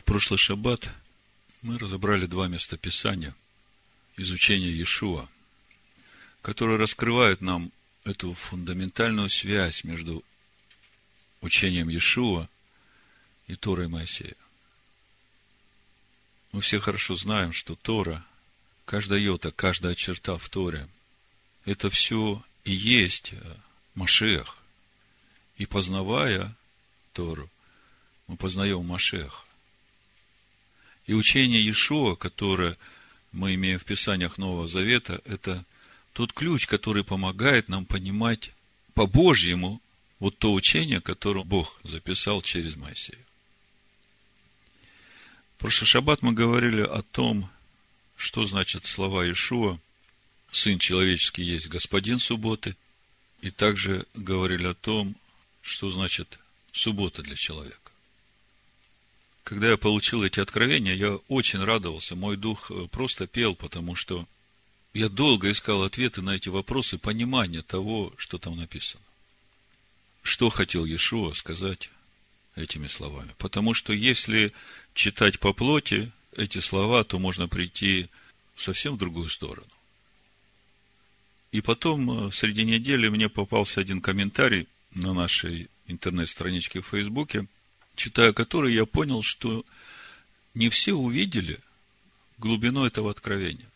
прошлый шаббат мы разобрали два местописания из учения Иешуа, которые раскрывают нам эту фундаментальную связь между учением Иешуа и Торой Моисея. Мы все хорошо знаем, что Тора, каждая йота, каждая черта в Торе, это все и есть Машиах. И познавая Тору, мы познаем Машиаха. И учение Иешуа, которое мы имеем в Писаниях Нового Завета, это тот ключ, который помогает нам понимать по-божьему вот то учение, которое Бог записал через Моисея. В прошлый шаббат мы говорили о том, что значит слова Иешуа: Сын человеческий есть Господин субботы, и также говорили о том, что значит суббота для человека. Когда я получил эти откровения, я очень радовался, мой дух просто пел, потому что я долго искал ответы на эти вопросы, понимание того, что там написано. Что хотел Иешуа сказать этими словами? Потому что если читать по плоти эти слова, то можно прийти совсем в другую сторону. И потом, среди недели, мне попался один комментарий на нашей интернет-страничке в Фейсбуке, читая который, я понял, что не все увидели глубину этого откровения.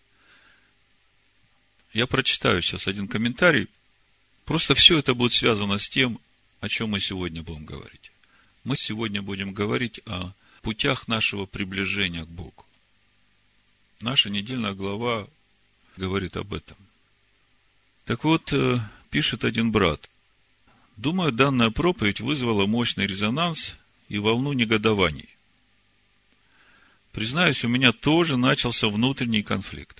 Я прочитаю сейчас один комментарий. Просто все это будет связано с тем, о чем мы сегодня будем говорить. Мы сегодня будем говорить о путях нашего приближения к Богу. Наша недельная глава говорит об этом. Так вот, пишет один брат: думаю, данная проповедь вызвала мощный резонанс и волну негодований. Признаюсь, у меня тоже начался внутренний конфликт.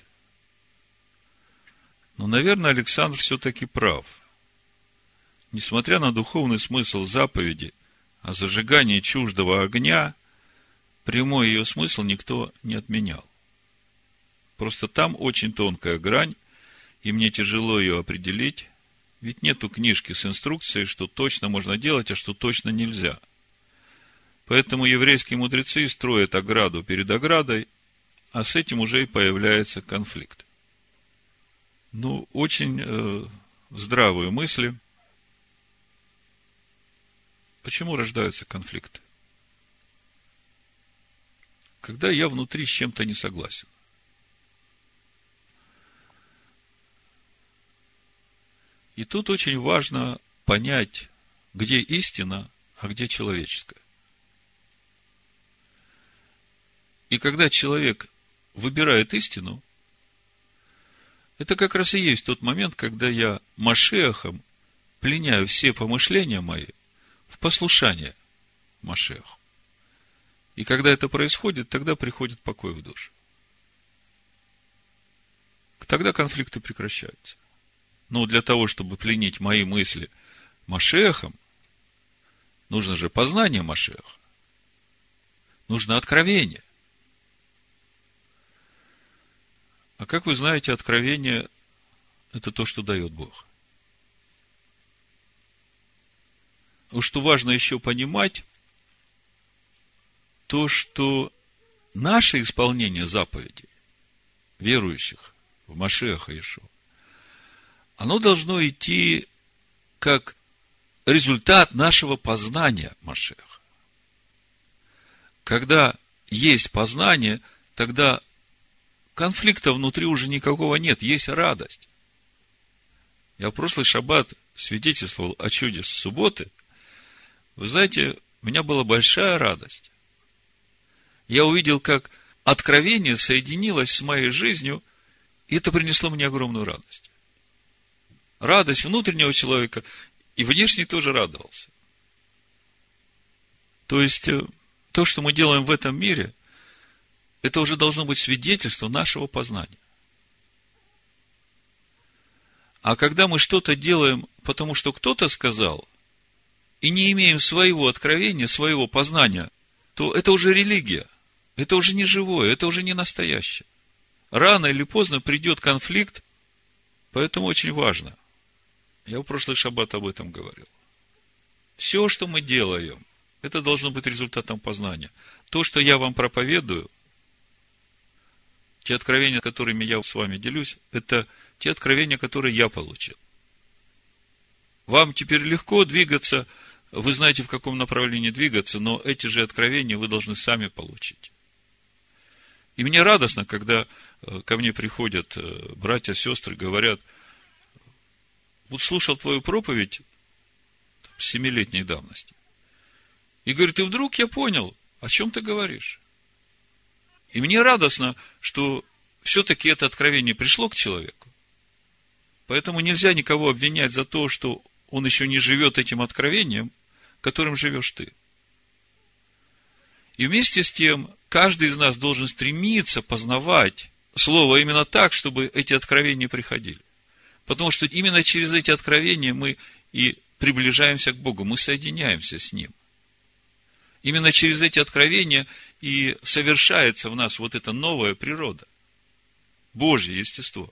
Но, наверное, Александр все-таки прав. Несмотря на духовный смысл заповеди о зажигании чуждого огня, прямой ее смысл никто не отменял. Просто там очень тонкая грань, и мне тяжело ее определить, ведь нету книжки с инструкцией, что точно можно делать, а что точно нельзя. Поэтому еврейские мудрецы строят ограду перед оградой, а с этим уже и появляется конфликт. Очень здравые мысли. Почему рождаются конфликты? Когда я внутри с чем-то не согласен. И тут очень важно понять, где истина, а где человеческое. И когда человек выбирает истину, это как раз и есть тот момент, когда я Машиахом пленяю все помышления мои в послушание Машиаху. И когда это происходит, тогда приходит покой в душу. Тогда конфликты прекращаются. Но для того, чтобы пленить мои мысли Машиахом, нужно же познание Машиаха. Нужно откровение. А как вы знаете, откровение – это то, что дает Бог. Что важно еще понимать, то, что наше исполнение заповедей верующих в Машиаха Иешуа, оно должно идти как результат нашего познания Машиаха. Когда есть познание, тогда конфликта внутри уже никакого нет, есть радость. Я в прошлый шаббат свидетельствовал о чуде с субботы. Вы знаете, у меня была большая радость. Я увидел, как откровение соединилось с моей жизнью, и это принесло мне огромную радость. Радость внутреннего человека, и внешний тоже радовался. То есть, то, что мы делаем в этом мире, это уже должно быть свидетельство нашего познания. А когда мы что-то делаем, потому что кто-то сказал, и не имеем своего откровения, своего познания, то это уже религия. Это уже не живое, это уже не настоящее. Рано или поздно придет конфликт, поэтому очень важно. Я в прошлый шаббат об этом говорил. Все, что мы делаем, Это должно быть результатом познания. То, что я вам проповедую, те откровения, которыми я с вами делюсь, это те откровения, которые я получил. Вам теперь легко двигаться, вы знаете, в каком направлении двигаться, но эти же откровения вы должны сами получить. И мне радостно, когда ко мне приходят братья, сестры, говорят: вот слушал твою проповедь 7-летней давности. И говорит, и вдруг я понял, о чем ты говоришь. И мне радостно, что все-таки это откровение пришло к человеку. Поэтому нельзя никого обвинять за то, что он еще не живет этим откровением, которым живешь ты. И вместе с тем, каждый из нас должен стремиться познавать Слово именно так, чтобы эти откровения приходили. Потому что именно через эти откровения мы и приближаемся к Богу, мы соединяемся с Ним. Именно через эти откровения и совершается в нас вот эта новая природа, Божье естество.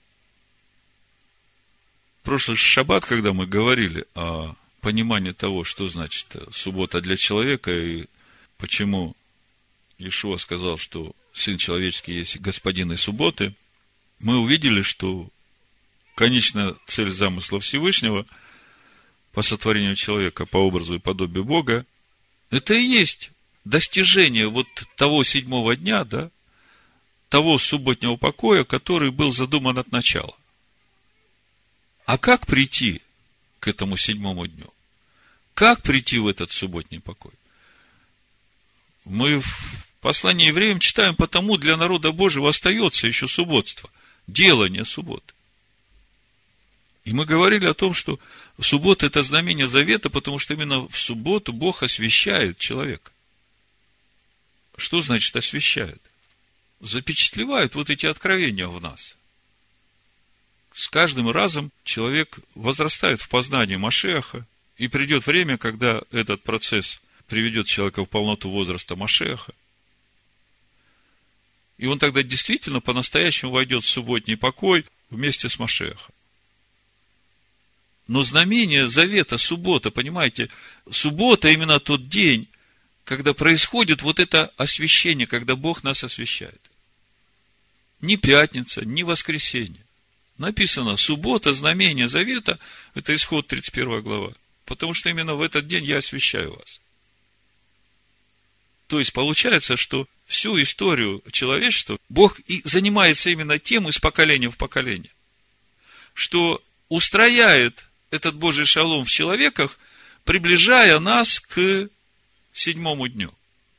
В прошлый шаббат, когда мы говорили о понимании того, что значит суббота для человека, и почему Иешуа сказал, что Сын Человеческий есть Господин и субботы, мы увидели, что конечная цель замысла Всевышнего по сотворению человека по образу и подобию Бога, это и есть достижение вот того 7-го дня, да, того субботнего покоя, который был задуман от начала. А как прийти к этому 7-му дню? Как прийти в этот субботний покой? Мы в послании евреям читаем, потому для народа Божьего остается еще субботство, делание субботы. И мы говорили о том, что суббота – это знамение завета, потому что именно в субботу Бог освящает человека. Что значит освящает? Запечатлевает вот эти откровения в нас. С каждым разом человек возрастает в познании Машиаха, и придет время, когда этот процесс приведет человека в полноту возраста Машиаха. И он тогда действительно по-настоящему войдет в субботний покой вместе с Машиахом. Но знамение завета, суббота, понимаете, суббота именно тот день, когда происходит вот это освящение, когда Бог нас освящает. Ни пятница, ни воскресенье. Написано, суббота, знамение завета, это Исход 31 глава. Потому что именно в этот день я освящаю вас. То есть, получается, что всю историю человечества Бог и занимается именно тем из поколения в поколение, что устрояет этот Божий шалом в человеках, приближая нас к 7-му дню.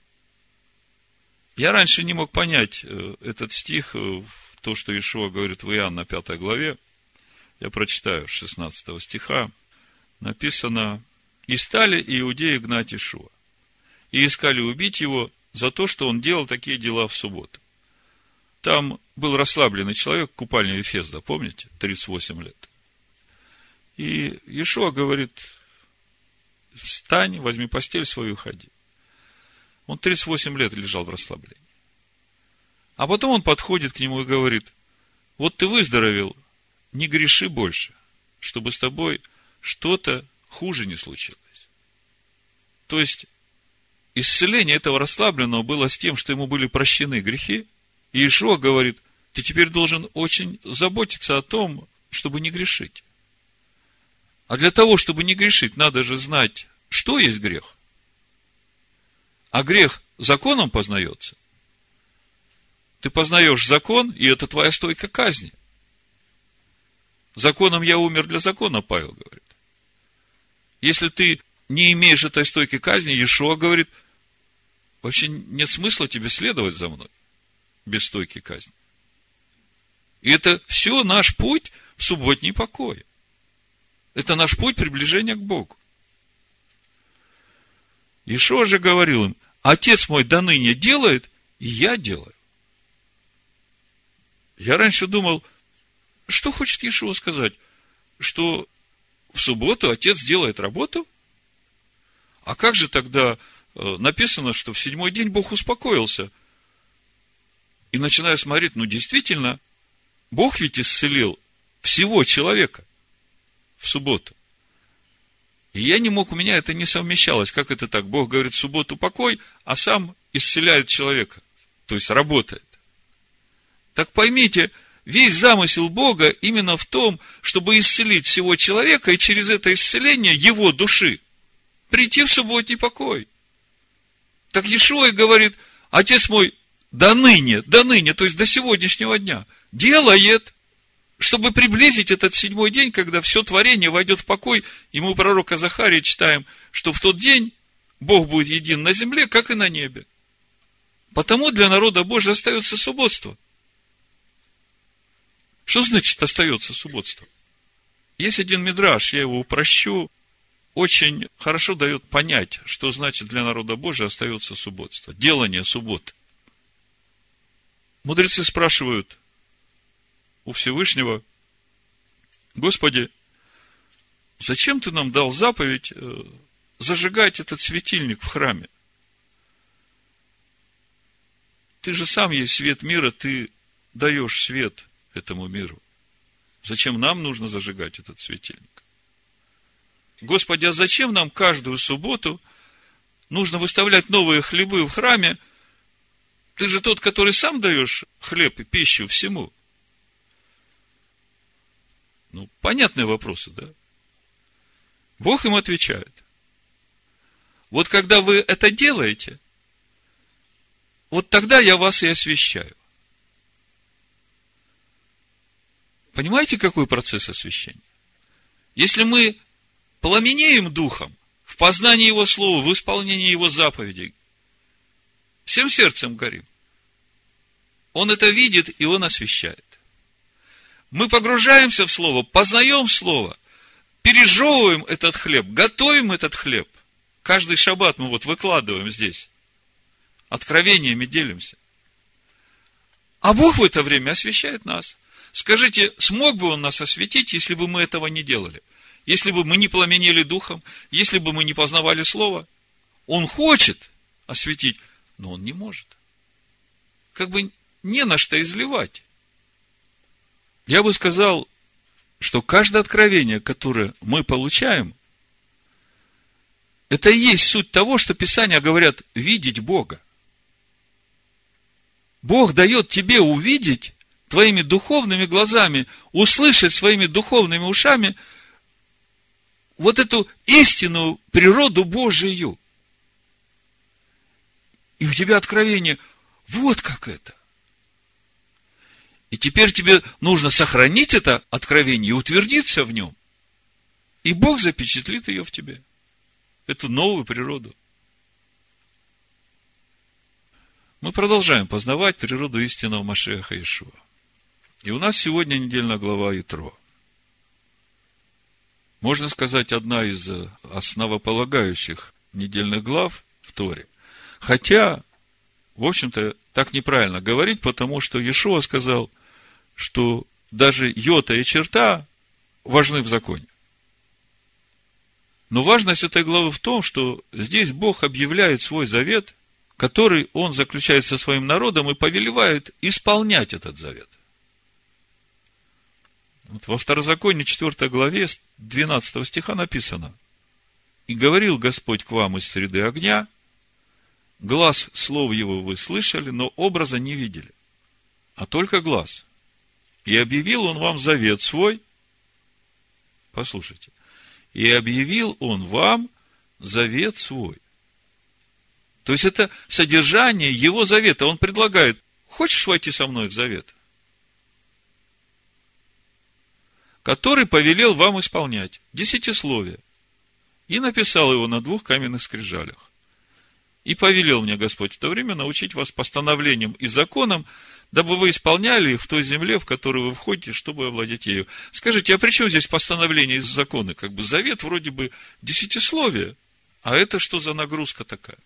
Я раньше не мог понять этот стих, то, что Иешуа говорит в Иоанна 5 главе. Я прочитаю 16 стиха. Написано: «И стали иудеи гнать Иешуа, и искали убить его за то, что он делал такие дела в субботу». Там был расслабленный человек, купальня Ефезда, помните? 38 лет. И Иешуа говорит: встань, возьми постель свою и ходи. Он 38 лет лежал в расслаблении. А потом он подходит к нему и говорит: вот ты выздоровел, не греши больше, чтобы с тобой что-то хуже не случилось. То есть, исцеление этого расслабленного было с тем, что ему были прощены грехи. И Иешуа говорит: ты теперь должен очень заботиться о том, чтобы не грешить. А для того, чтобы не грешить, надо же знать, что есть грех. А грех законом познается. Ты познаешь закон, и это твоя стойка казни. Законом я умер для закона, Павел говорит. Если ты не имеешь этой стойки казни, Иешуа говорит: вообще нет смысла тебе следовать за мной без стойки казни. И это все наш путь в субботний покой. Это наш путь приближения к Богу. Иешуа же говорил им: Отец мой до ныне делает, и я делаю. Я раньше думал, что хочет Иешуа сказать? Что в субботу Отец делает работу? А как же тогда написано, что в 7-й день Бог успокоился? И начинаю смотреть, действительно, Бог ведь исцелил всего человека в субботу. И я не мог, у меня это не совмещалось. Как это так? Бог говорит, в субботу покой, а сам исцеляет человека. То есть работает. Так поймите, весь замысел Бога именно в том, чтобы исцелить всего человека и через это исцеление его души прийти в субботний покой. Так Иешуа говорит, Отец мой до ныне, то есть до сегодняшнего дня, делает, чтобы приблизить этот седьмой день, когда все творение войдет в покой. И мы у пророка Захарии читаем, что в тот день Бог будет един на земле, как и на небе. Потому для народа Божия остается субботство. Что значит остается субботство? Есть один мидраш, я его упрощу, очень хорошо дает понять, что значит для народа Божия остается субботство. Делание субботы. Мудрецы спрашивают у Всевышнего: Господи, зачем ты нам дал заповедь зажигать этот светильник в храме? Ты же сам есть свет мира, ты даешь свет этому миру. Зачем нам нужно зажигать этот светильник? Господи, а зачем нам каждую субботу нужно выставлять новые хлебы в храме? Ты же тот, который сам даешь хлеб и пищу всему. Понятные вопросы, да? Бог им отвечает. Вот когда вы это делаете, вот тогда я вас и освящаю. Понимаете, какой процесс освящения? Если мы пламенеем духом в познании Его Слова, в исполнении Его заповедей, всем сердцем горим, Он это видит, и Он освящает. Мы погружаемся в Слово, познаем Слово, пережевываем этот хлеб, готовим этот хлеб. Каждый шаббат мы выкладываем здесь. Откровениями делимся. А Бог в это время освящает нас. Скажите, смог бы Он нас осветить, если бы мы этого не делали? Если бы мы не пламенели духом, если бы мы не познавали Слово? Он хочет осветить, но Он не может. Как бы не на что изливать. Я бы сказал, что каждое откровение, которое мы получаем, это и есть суть того, что Писания говорят видеть Бога. Бог дает тебе увидеть твоими духовными глазами, услышать своими духовными ушами вот эту истинную природу Божию. И у тебя откровение, вот как это. И теперь тебе нужно сохранить это откровение и утвердиться в нем. И Бог запечатлит ее в тебе. Эту новую природу. Мы продолжаем познавать природу истинного Машиаха Иешуа. И у нас сегодня недельная глава Итро. Можно сказать, одна из основополагающих недельных глав в Торе. Хотя, в общем-то, так неправильно говорить, потому что Иешуа сказал, что даже йота и черта важны в законе. Но важность этой главы в том, что здесь Бог объявляет свой завет, который Он заключает со своим народом и повелевает исполнять этот завет. Во Второзаконии 4 главе 12 стиха написано: «И говорил Господь к вам из среды огня, глас слов Его вы слышали, но образа не видели, а только глас. И объявил Он вам завет свой». Послушайте. «И объявил Он вам завет свой». То есть, это содержание Его завета. Он предлагает: хочешь войти со мной в завет? Который повелел вам исполнять. Десятисловие. И написал его на 2 каменных скрижалях. И повелел мне Господь в то время научить вас постановлениям и законам, дабы вы исполняли их в той земле, в которую вы входите, чтобы овладеть ею. Скажите, а при чем здесь постановления и законы? Как бы завет вроде бы десятисловие. А это что за нагрузка такая?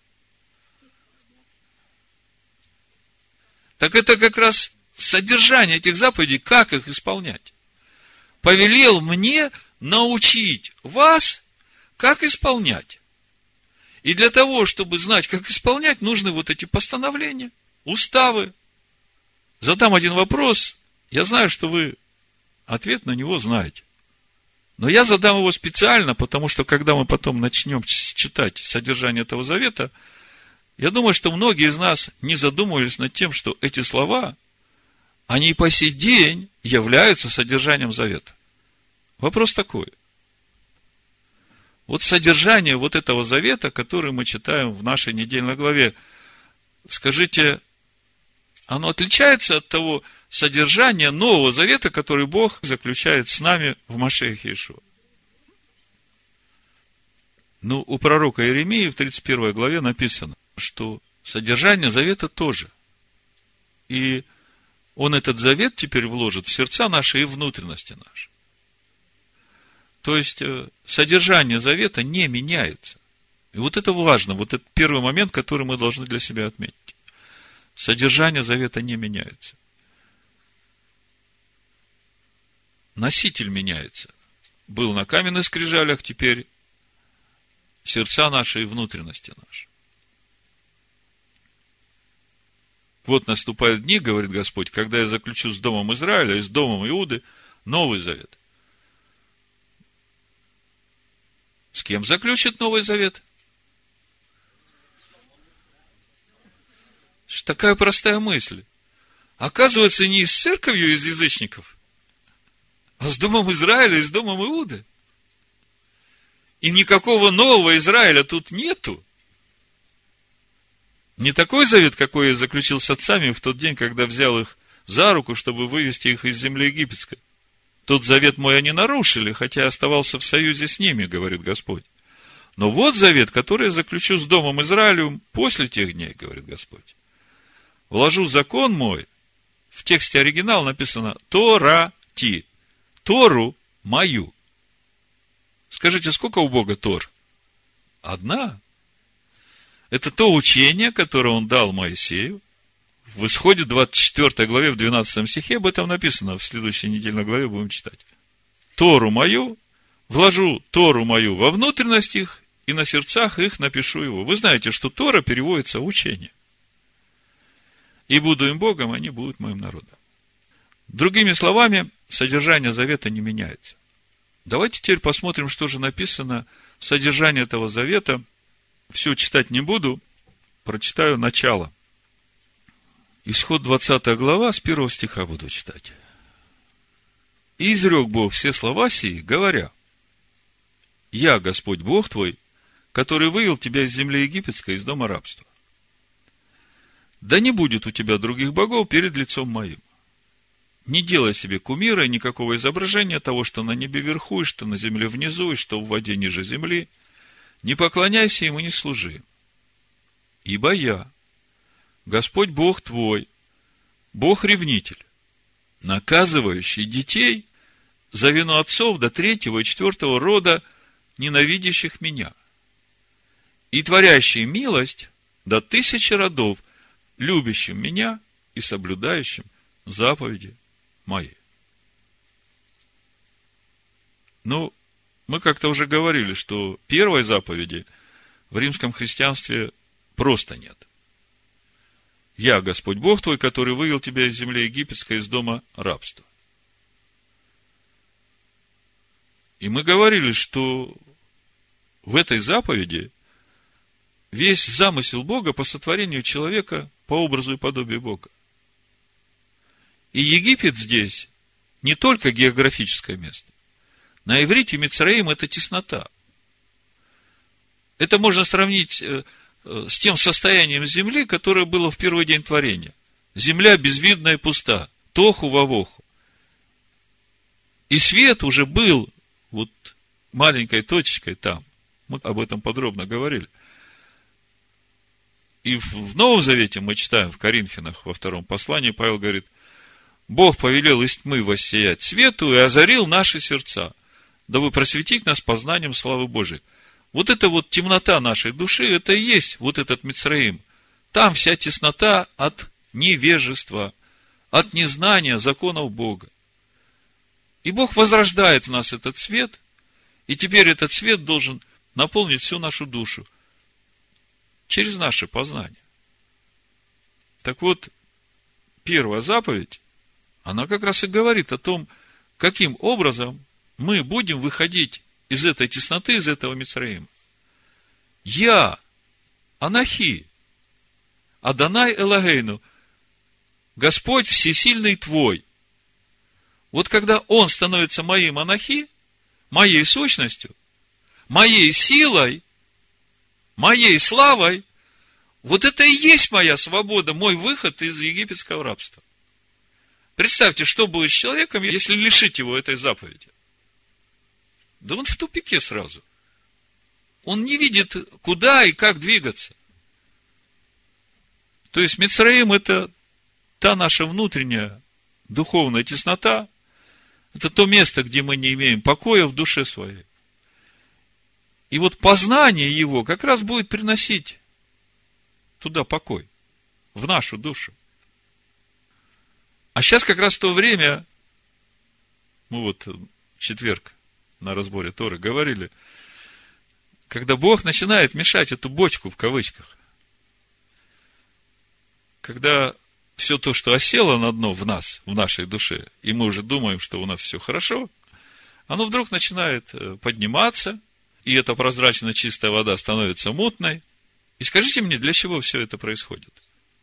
Так это как раз содержание этих заповедей, как их исполнять. Повелел мне научить вас, как исполнять. И для того, чтобы знать, как исполнять, нужны вот эти постановления, уставы. Задам один вопрос. Я знаю, что вы ответ на него знаете. Но я задам его специально, потому что, когда мы потом начнем читать содержание этого завета, я думаю, что многие из нас не задумывались над тем, что эти слова, они и по сей день являются содержанием завета. Вопрос такой. Вот содержание вот этого завета, который мы читаем в нашей недельной главе, скажите, оно отличается от того содержания Нового Завета, который Бог заключает с нами в Машиахе Иешуа? Ну, у пророка Иеремии в 31 главе написано, что содержание завета тоже. И он этот завет теперь вложит в сердца наши и внутренности наши. То есть, содержание завета не меняется. И вот это важно, вот это первый момент, который мы должны для себя отметить. Содержание завета не меняется. Носитель меняется. Был на каменных скрижалях, теперь сердца наши и внутренности наши. Вот наступают дни, говорит Господь, когда я заключу с домом Израиля и с домом Иуды Новый Завет. С кем заключит Новый Завет? Такая простая мысль. Оказывается, не с церковью из язычников, а с домом Израиля и с домом Иуды. И никакого нового Израиля тут нету. Не такой завет, какой я заключил с отцами в тот день, когда взял их за руку, чтобы вывести их из земли египетской. Тот завет мой они нарушили, хотя оставался в союзе с ними, говорит Господь. Но вот завет, который я заключу с домом Израилевым после тех дней, говорит Господь. Вложу закон мой, в тексте оригинала написано Тора-ти, Тору мою. Скажите, сколько у Бога Тор? Одна. Это то учение, которое Он дал Моисею. В Исходе 24 главе, в 12 стихе об этом написано. В следующей недельной главе будем читать. Тору мою, вложу Тору мою во внутренность их, и на сердцах их напишу его. Вы знаете, что Тора переводится учение. И буду им Богом, они будут моим народом. Другими словами, содержание завета не меняется. Давайте теперь посмотрим, что же написано в содержании этого завета. Все читать не буду, прочитаю начало. Исход 20 глава, с 1 стиха буду читать. «И изрек Бог все слова сии, говоря: Я, Господь Бог твой, который вывел тебя из земли египетской, из дома рабства. Да не будет у тебя других богов перед лицом моим. Не делай себе кумира и никакого изображения того, что на небе вверху, и что на земле внизу, и что в воде ниже земли. Не поклоняйся им и не служи. Ибо я, Господь Бог твой, Бог-ревнитель, наказывающий детей за вину отцов до 3-го и 4-го рода, ненавидящих меня, и творящий милость до 1000 родов, любящим меня и соблюдающим заповеди мои». Ну, мы как-то уже говорили, что первой заповеди в римском христианстве просто нет. Я, Господь Бог твой, который вывел тебя из земли египетской, из дома рабства. И мы говорили, что в этой заповеди весь замысел Бога по сотворению человека по образу и подобию Бога. И Египет здесь не только географическое место. На иврите Мицраим – это теснота. Это можно сравнить с тем состоянием земли, которое было в первый день творения. Земля безвидная и пуста, тоху вавоху. И свет уже был вот маленькой точечкой там. Мы об этом подробно говорили. И в Новом Завете мы читаем в Коринфянах во 2 послании, Павел говорит: Бог повелел из тьмы воссиять свету и озарил наши сердца, дабы просветить нас познанием славы Божией. Вот эта вот темнота нашей души, это и есть вот этот Мицраим. Там вся теснота от невежества, от незнания законов Бога. И Бог возрождает в нас этот свет, и теперь этот свет должен наполнить всю нашу душу через наше познание. Так вот, первая заповедь, она как раз и говорит о том, каким образом мы будем выходить из этой тесноты, из этого Мицраима. Я, Анахи, Адонай Элогейну, Господь всесильный твой. Вот когда Он становится моим Анахи, моей сущностью, моей силой, моей славой, вот это и есть моя свобода, мой выход из египетского рабства. Представьте, что будет с человеком, если лишить его этой заповеди. Да он в тупике сразу. Он не видит, куда и как двигаться. То есть Мицраим – это та наша внутренняя духовная теснота, это то место, где мы не имеем покоя в душе своей. И вот познание его как раз будет приносить туда покой, в нашу душу. А сейчас как раз то время, мы вот в четверг на разборе Торы говорили, когда Бог начинает мешать эту бочку в кавычках, когда все то, что осело на дно в нас, в нашей душе, и мы уже думаем, что у нас все хорошо, оно вдруг начинает подниматься, и эта прозрачно чистая вода становится мутной. И скажите мне, для чего все это происходит?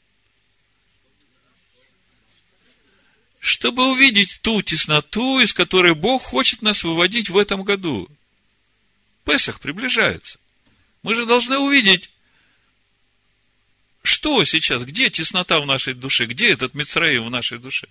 Чтобы увидеть ту тесноту, из которой Бог хочет нас выводить в этом году. Песах приближается. Мы же должны увидеть, что сейчас, где теснота в нашей душе, где этот Мицраим в нашей душе.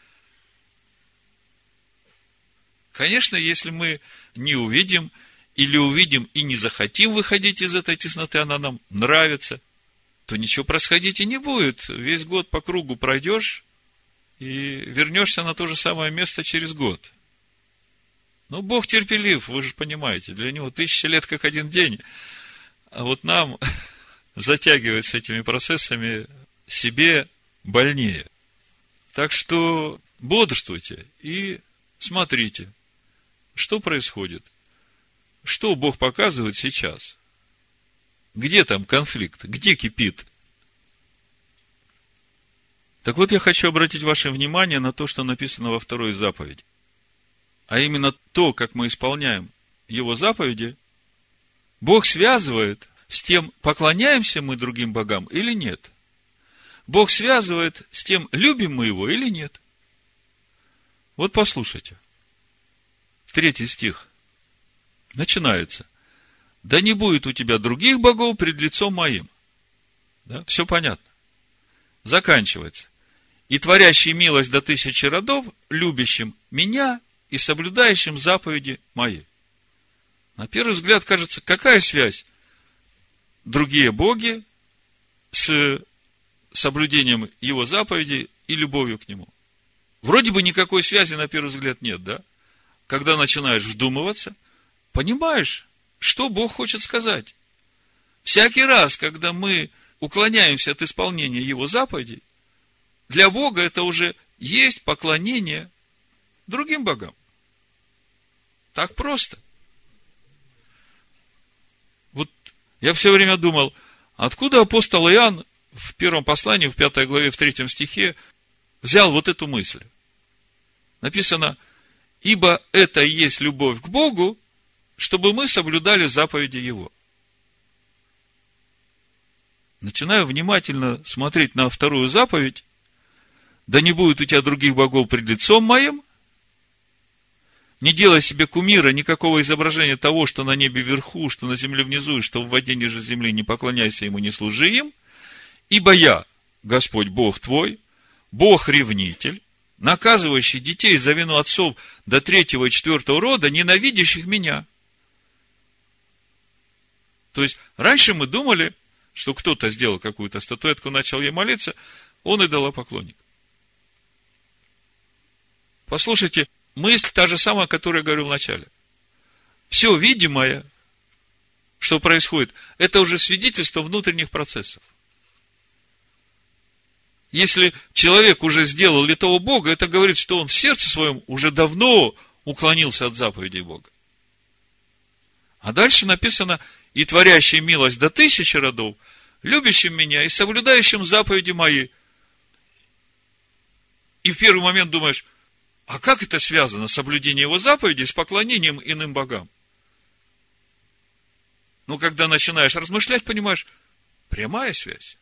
Конечно, если мы не увидим, или увидим и не захотим выходить из этой тесноты, она нам нравится, то ничего происходить и не будет. Весь год по кругу пройдешь, и вернешься на то же самое место через год. Но Бог терпелив, вы же понимаете, для Него 1000 лет как один день, а вот нам затягивать с этими процессами себе больнее. Так что бодрствуйте и смотрите, что происходит, что Бог показывает сейчас, где там конфликт, где кипит. Так вот, я хочу обратить ваше внимание на то, что написано во второй заповеди. А именно то, как мы исполняем Его заповеди, Бог связывает с тем, поклоняемся мы другим богам или нет. Бог связывает с тем, любим мы Его или нет. Вот послушайте. 3 стих. Начинается. Да не будет у тебя других богов пред лицом моим. Да? Все понятно. Заканчивается. И творящий милость до 1000 родов, любящим меня и соблюдающим заповеди мои. На первый взгляд кажется, какая связь? Другие боги с соблюдением его заповедей и любовью к нему. Вроде бы никакой связи на первый взгляд нет, да? Когда начинаешь вдумываться, понимаешь, что Бог хочет сказать. Всякий раз, когда мы уклоняемся от исполнения его заповедей, для Бога это уже есть поклонение другим богам. Так просто. Вот я все время думал, откуда апостол Иоанн в первом послании, в 5 главе, в 3 стихе взял вот эту мысль. Написано, ибо это и есть любовь к Богу, чтобы мы соблюдали заповеди Его. Начинаю внимательно смотреть на вторую заповедь. Да не будет у тебя других богов пред лицом моим. Не делай себе кумира, никакого изображения того, что на небе вверху, что на земле внизу, и что в воде ниже земли, не поклоняйся ему, не служи им. Ибо я, Господь Бог твой, Бог-ревнитель, наказывающий детей за вину отцов до 3-го и 4-го рода, ненавидящих меня. То есть, раньше мы думали, что кто-то сделал какую-то статуэтку, начал ей молиться, он идолопоклонник. Послушайте, мысль та же самая, о которой я говорил в начале. Все видимое, что происходит, это уже свидетельство внутренних процессов. Если человек уже сделал литого Бога, это говорит, что он в сердце своем уже давно уклонился от заповедей Бога. А дальше написано, и творящий милость до 1000 родов, любящим меня и соблюдающим заповеди мои. И в первый момент думаешь, А как это связано, соблюдение его заповедей, с поклонением иным богам? Ну, когда начинаешь размышлять, понимаешь, прямая связь.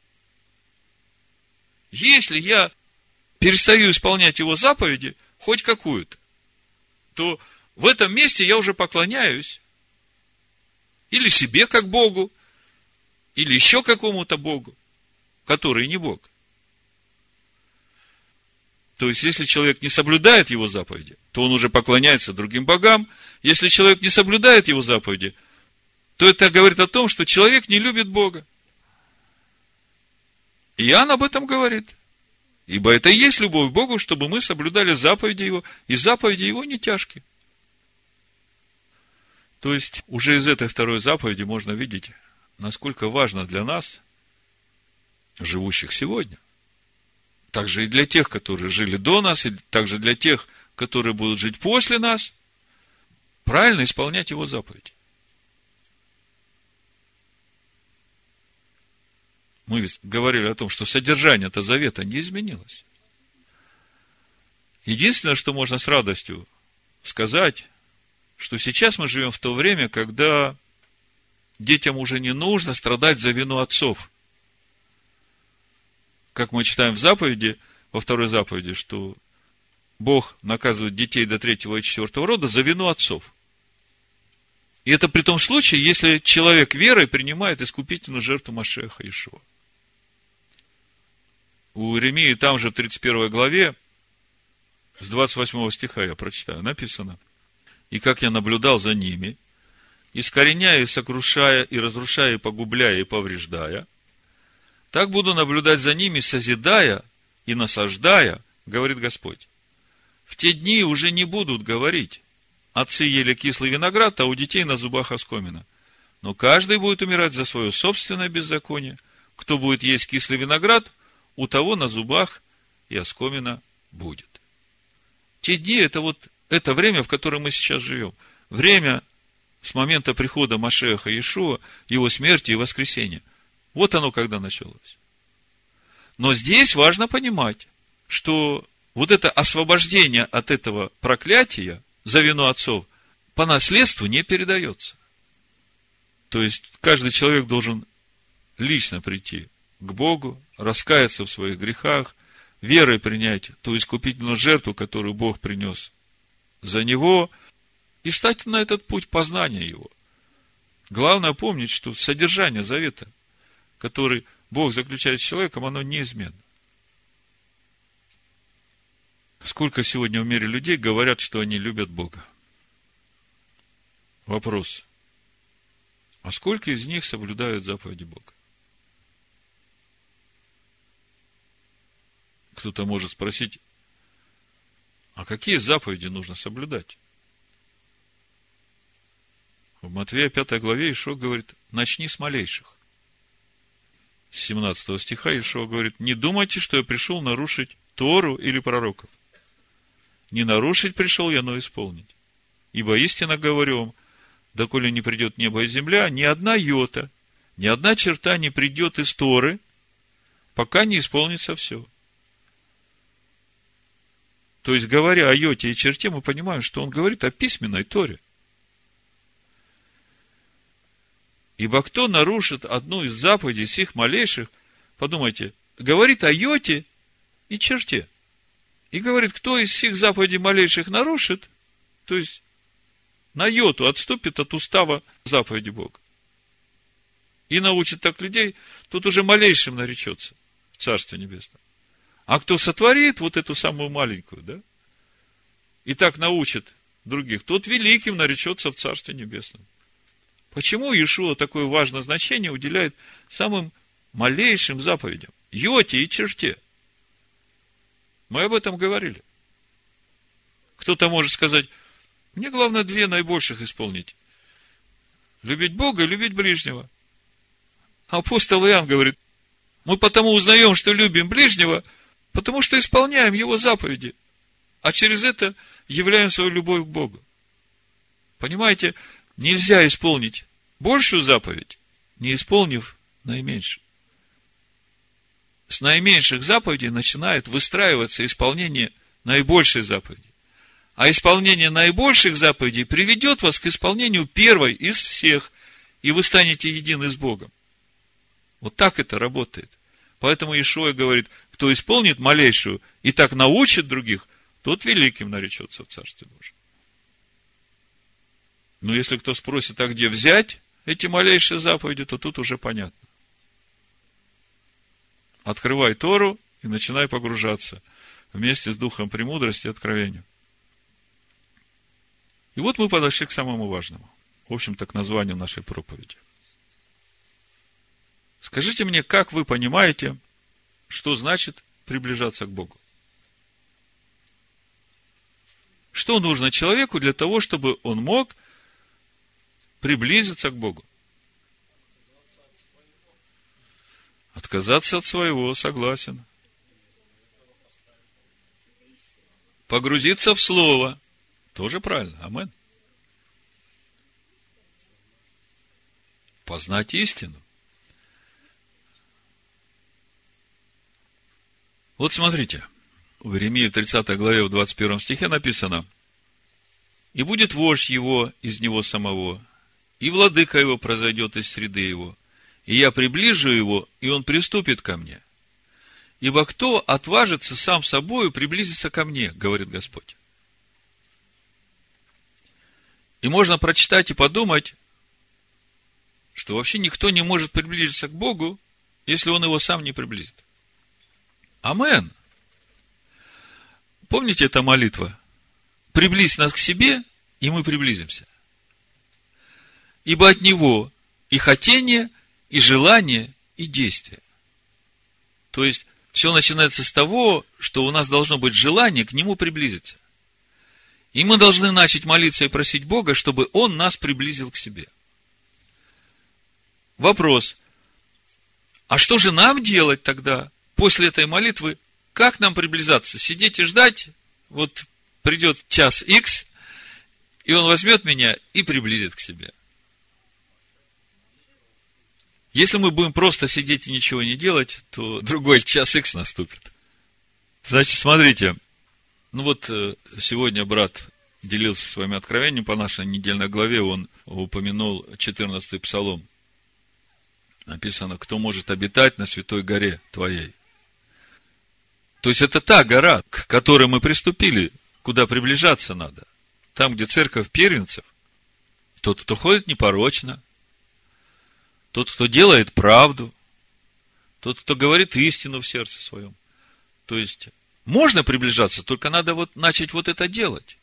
Если я перестаю исполнять его заповеди, хоть какую-то, то в этом месте я уже поклоняюсь или себе как Богу, или еще какому-то Богу, который не Бог. То есть, если человек не соблюдает его заповеди, то он уже поклоняется другим богам. Если человек не соблюдает его заповеди, то это говорит о том, что человек не любит Бога. Иоанн об этом говорит. Ибо это и есть любовь к Богу, чтобы мы соблюдали заповеди Его, и заповеди Его не тяжкие. То есть, уже из этой второй заповеди можно видеть, насколько важно для нас, живущих сегодня, также и для тех, которые жили до нас, и также для тех, которые будут жить после нас, правильно исполнять Его заповеди. Мы ведь говорили о том, что содержание-то завета не изменилось. Единственное, что можно с радостью сказать, что сейчас мы живем в то время, когда детям уже не нужно страдать за вину отцов. Как мы читаем в заповеди, во второй заповеди, что Бог наказывает детей до 3-го и 4-го рода за вину отцов. И это при том случае, если человек верой принимает искупительную жертву Машиаха Иешуа. У Иеремии, там же в 31 главе, с 28 стиха я прочитаю, написано: «И как я наблюдал за ними, искореняя и сокрушая, и разрушая, и погубляя, и повреждая, так буду наблюдать за ними, созидая и насаждая, говорит Господь. В те дни уже не будут говорить: отцы ели кислый виноград, а у детей на зубах оскомина. Но каждый будет умирать за свое собственное беззаконие. Кто будет есть кислый виноград, у того на зубах и оскомина будет». Те дни – это время, в котором мы сейчас живем. Время с момента прихода Машиаха Иешуа, его смерти и воскресения. Вот оно когда началось. Но здесь важно понимать, что вот это освобождение от этого проклятия за вину отцов по наследству не передается. То есть, каждый человек должен лично прийти к Богу, раскаяться в своих грехах, верой принять ту искупительную жертву, которую Бог принес за него, и встать на этот путь познания Его. Главное помнить, что содержание завета, который Бог заключает с человеком, оно неизменно. Сколько сегодня в мире людей говорят, что они любят Бога? Вопрос: а сколько из них соблюдают заповеди Бога? Кто-то может спросить: а какие заповеди нужно соблюдать? В Матфея 5 главе Иешуа говорит: начни с малейших. С 17 стиха Иешуа говорит: не думайте, что я пришел нарушить Тору или пророков. Не нарушить пришел я, но исполнить. Ибо истинно говорю вам, доколе не придет небо и земля, ни одна йота, ни одна черта не придет из Торы, пока не исполнится все. То есть, говоря о йоте и черте, мы понимаем, что он говорит о письменной Торе. Ибо кто нарушит одну из заповедей сих малейших, подумайте, говорит о йоте и черте. И говорит, кто из сих заповедей малейших нарушит, то есть на йоту отступит от устава заповеди Бога. И научит так людей, тут уже малейшим наречется в Царстве Небесном. А кто сотворит вот эту самую маленькую, да, и так научит других, тот великим наречется в Царстве Небесном. Почему Иешуа такое важное значение уделяет самым малейшим заповедям, йоте и черте? Мы об этом говорили. Кто-то может сказать: мне главное 2 наибольших исполнить. Любить Бога и любить ближнего. Апостол Иоанн говорит: мы потому узнаем, что любим ближнего, потому что исполняем его заповеди, а через это являем свою любовь к Богу. Понимаете, нельзя исполнить большую заповедь, не исполнив наименьшую. С наименьших заповедей начинает выстраиваться исполнение наибольшей заповеди. А исполнение наибольших заповедей приведет вас к исполнению первой из всех, и вы станете едины с Богом. Вот так это работает. Поэтому Иешуа говорит, кто исполнит малейшую и так научит других, тот великим наречется в Царстве Божьем. Но если кто спросит, а где взять эти малейшие заповеди, то тут уже понятно. Открывай Тору и начинай погружаться вместе с Духом премудрости и откровения. И вот мы подошли к самому важному, в общем-то, к названию нашей проповеди. Скажите мне, как вы понимаете, что значит приближаться к Богу? Что нужно человеку для того, чтобы он мог приблизиться к Богу? Отказаться от своего, согласен. Погрузиться в Слово. Тоже правильно. Амин. Познать истину. Вот смотрите. В Иеремии в 30 главе, в 21 стихе написано: «И будет вождь его из него самого, и владыка его произойдет из среды его, и я приближу его, и он приступит ко мне. Ибо кто отважится сам собою приблизиться ко мне, говорит Господь». И можно прочитать и подумать, что вообще никто не может приблизиться к Богу, если он его сам не приблизит. Амен. Помните эта молитва? Приблизь нас к себе, и мы приблизимся. Ибо от него и хотение, и желание, и действие. То есть, все начинается с того, что у нас должно быть желание к нему приблизиться. И мы должны начать молиться и просить Бога, чтобы Он нас приблизил к себе. Вопрос: а что же нам делать тогда, после этой молитвы? Как нам приближаться? Сидеть и ждать? Вот придет час X, и Он возьмет меня и приблизит к себе. Если мы будем просто сидеть и ничего не делать, то другой час X наступит. Значит, смотрите. Сегодня брат делился с вами откровением по нашей недельной главе, он упомянул 14-й псалом. Написано: кто может обитать на святой горе твоей. То есть, это та гора, к которой мы приступили, куда приближаться надо. Там, где церковь первенцев, тот, кто ходит непорочно, тот, кто делает правду, тот, кто говорит истину в сердце своем. То есть, можно приближаться, только надо начать это делать.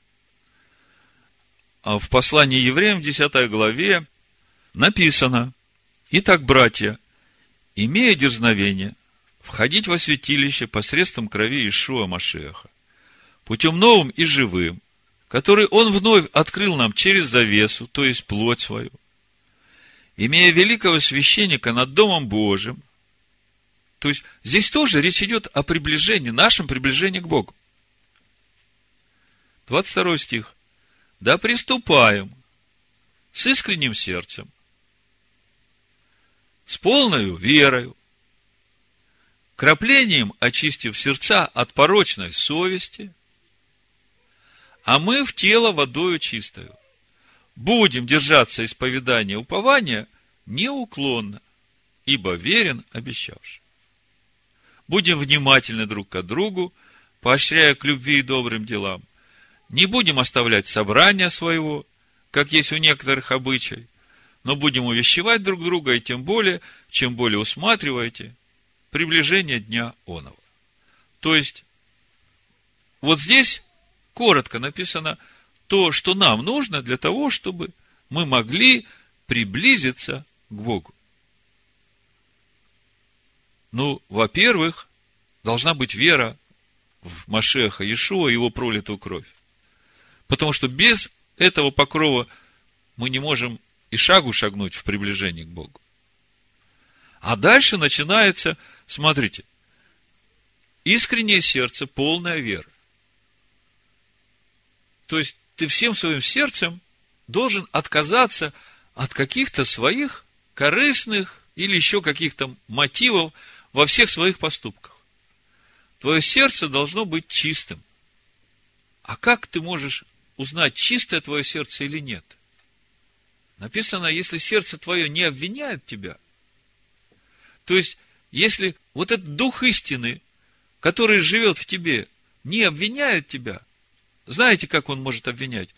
А в послании Евреям в 10 главе написано: «Итак, братья, имея дерзновение входить во святилище посредством крови Иешуа Машиаха, путем новым и живым, который Он вновь открыл нам через завесу, то есть плоть свою, имея великого священника над Домом Божиим». То есть, здесь тоже речь идет о приближении, нашем приближении к Богу. 22 стих. «Да приступаем с искренним сердцем, с полною верою, краплением очистив сердца от порочной совести, а мы в тело водою чистою будем держаться исповедания упования неуклонно, ибо верен обещавший. Будем внимательны друг к другу, поощряя к любви и добрым делам. Не будем оставлять собрания своего, как есть у некоторых обычай, но будем увещевать друг друга, и тем более, чем более усматриваете приближение дня оного». То есть, здесь коротко написано то, что нам нужно для того, чтобы мы могли приблизиться к Богу. Во-первых, должна быть вера в Машиаха Иешуа и его пролитую кровь. Потому что без этого покрова мы не можем и шагу шагнуть в приближении к Богу. А дальше начинается, смотрите, искреннее сердце, полная вера. То есть, ты всем своим сердцем должен отказаться от каких-то своих корыстных или еще каких-то мотивов во всех своих поступках. Твое сердце должно быть чистым. А как ты можешь узнать, чистое твое сердце или нет? Написано, если сердце твое не обвиняет тебя, то есть, если вот этот дух истины, который живет в тебе, не обвиняет тебя, знаете, как он может обвинять?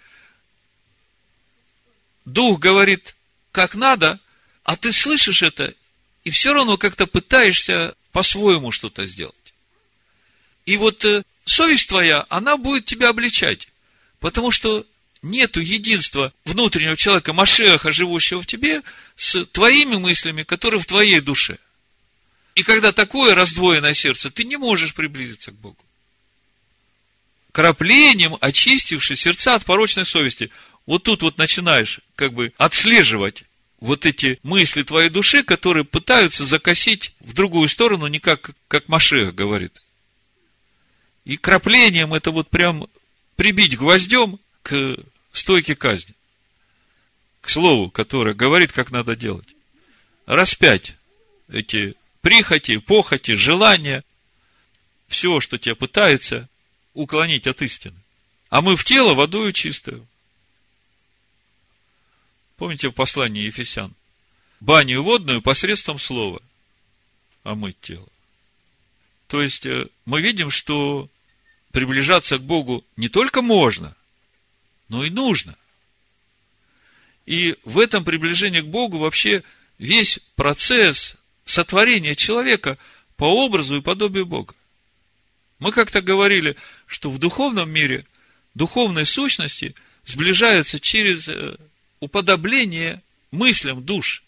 Дух говорит, как надо, а ты слышишь это, и все равно как-то пытаешься по-своему что-то сделать. И вот совесть твоя, она будет тебя обличать, потому что нету единства внутреннего человека, Машиаха, живущего в тебе, с твоими мыслями, которые в твоей душе. И когда такое раздвоенное сердце, ты не можешь приблизиться к Богу. Краплением очистивши сердца от порочной совести. Вот тут вот начинаешь как бы отслеживать вот эти мысли твоей души, которые пытаются закосить в другую сторону, не как Машиах говорит. И краплением это вот прям прибить гвоздем к стойке казни. К слову, которое говорит, как надо делать. Распять эти прихоти, похоти, желания, все, что тебя пытается уклонить от истины. А мы в тело водою чистую. Помните в послании Ефесян? Баню водную посредством слова омыть тело. То есть, мы видим, что приближаться к Богу не только можно, но и нужно. И в этом приближении к Богу вообще весь процесс сотворения человека по образу и подобию Бога. Мы как-то говорили, что в духовном мире духовные сущности сближаются через уподобление мыслям душ.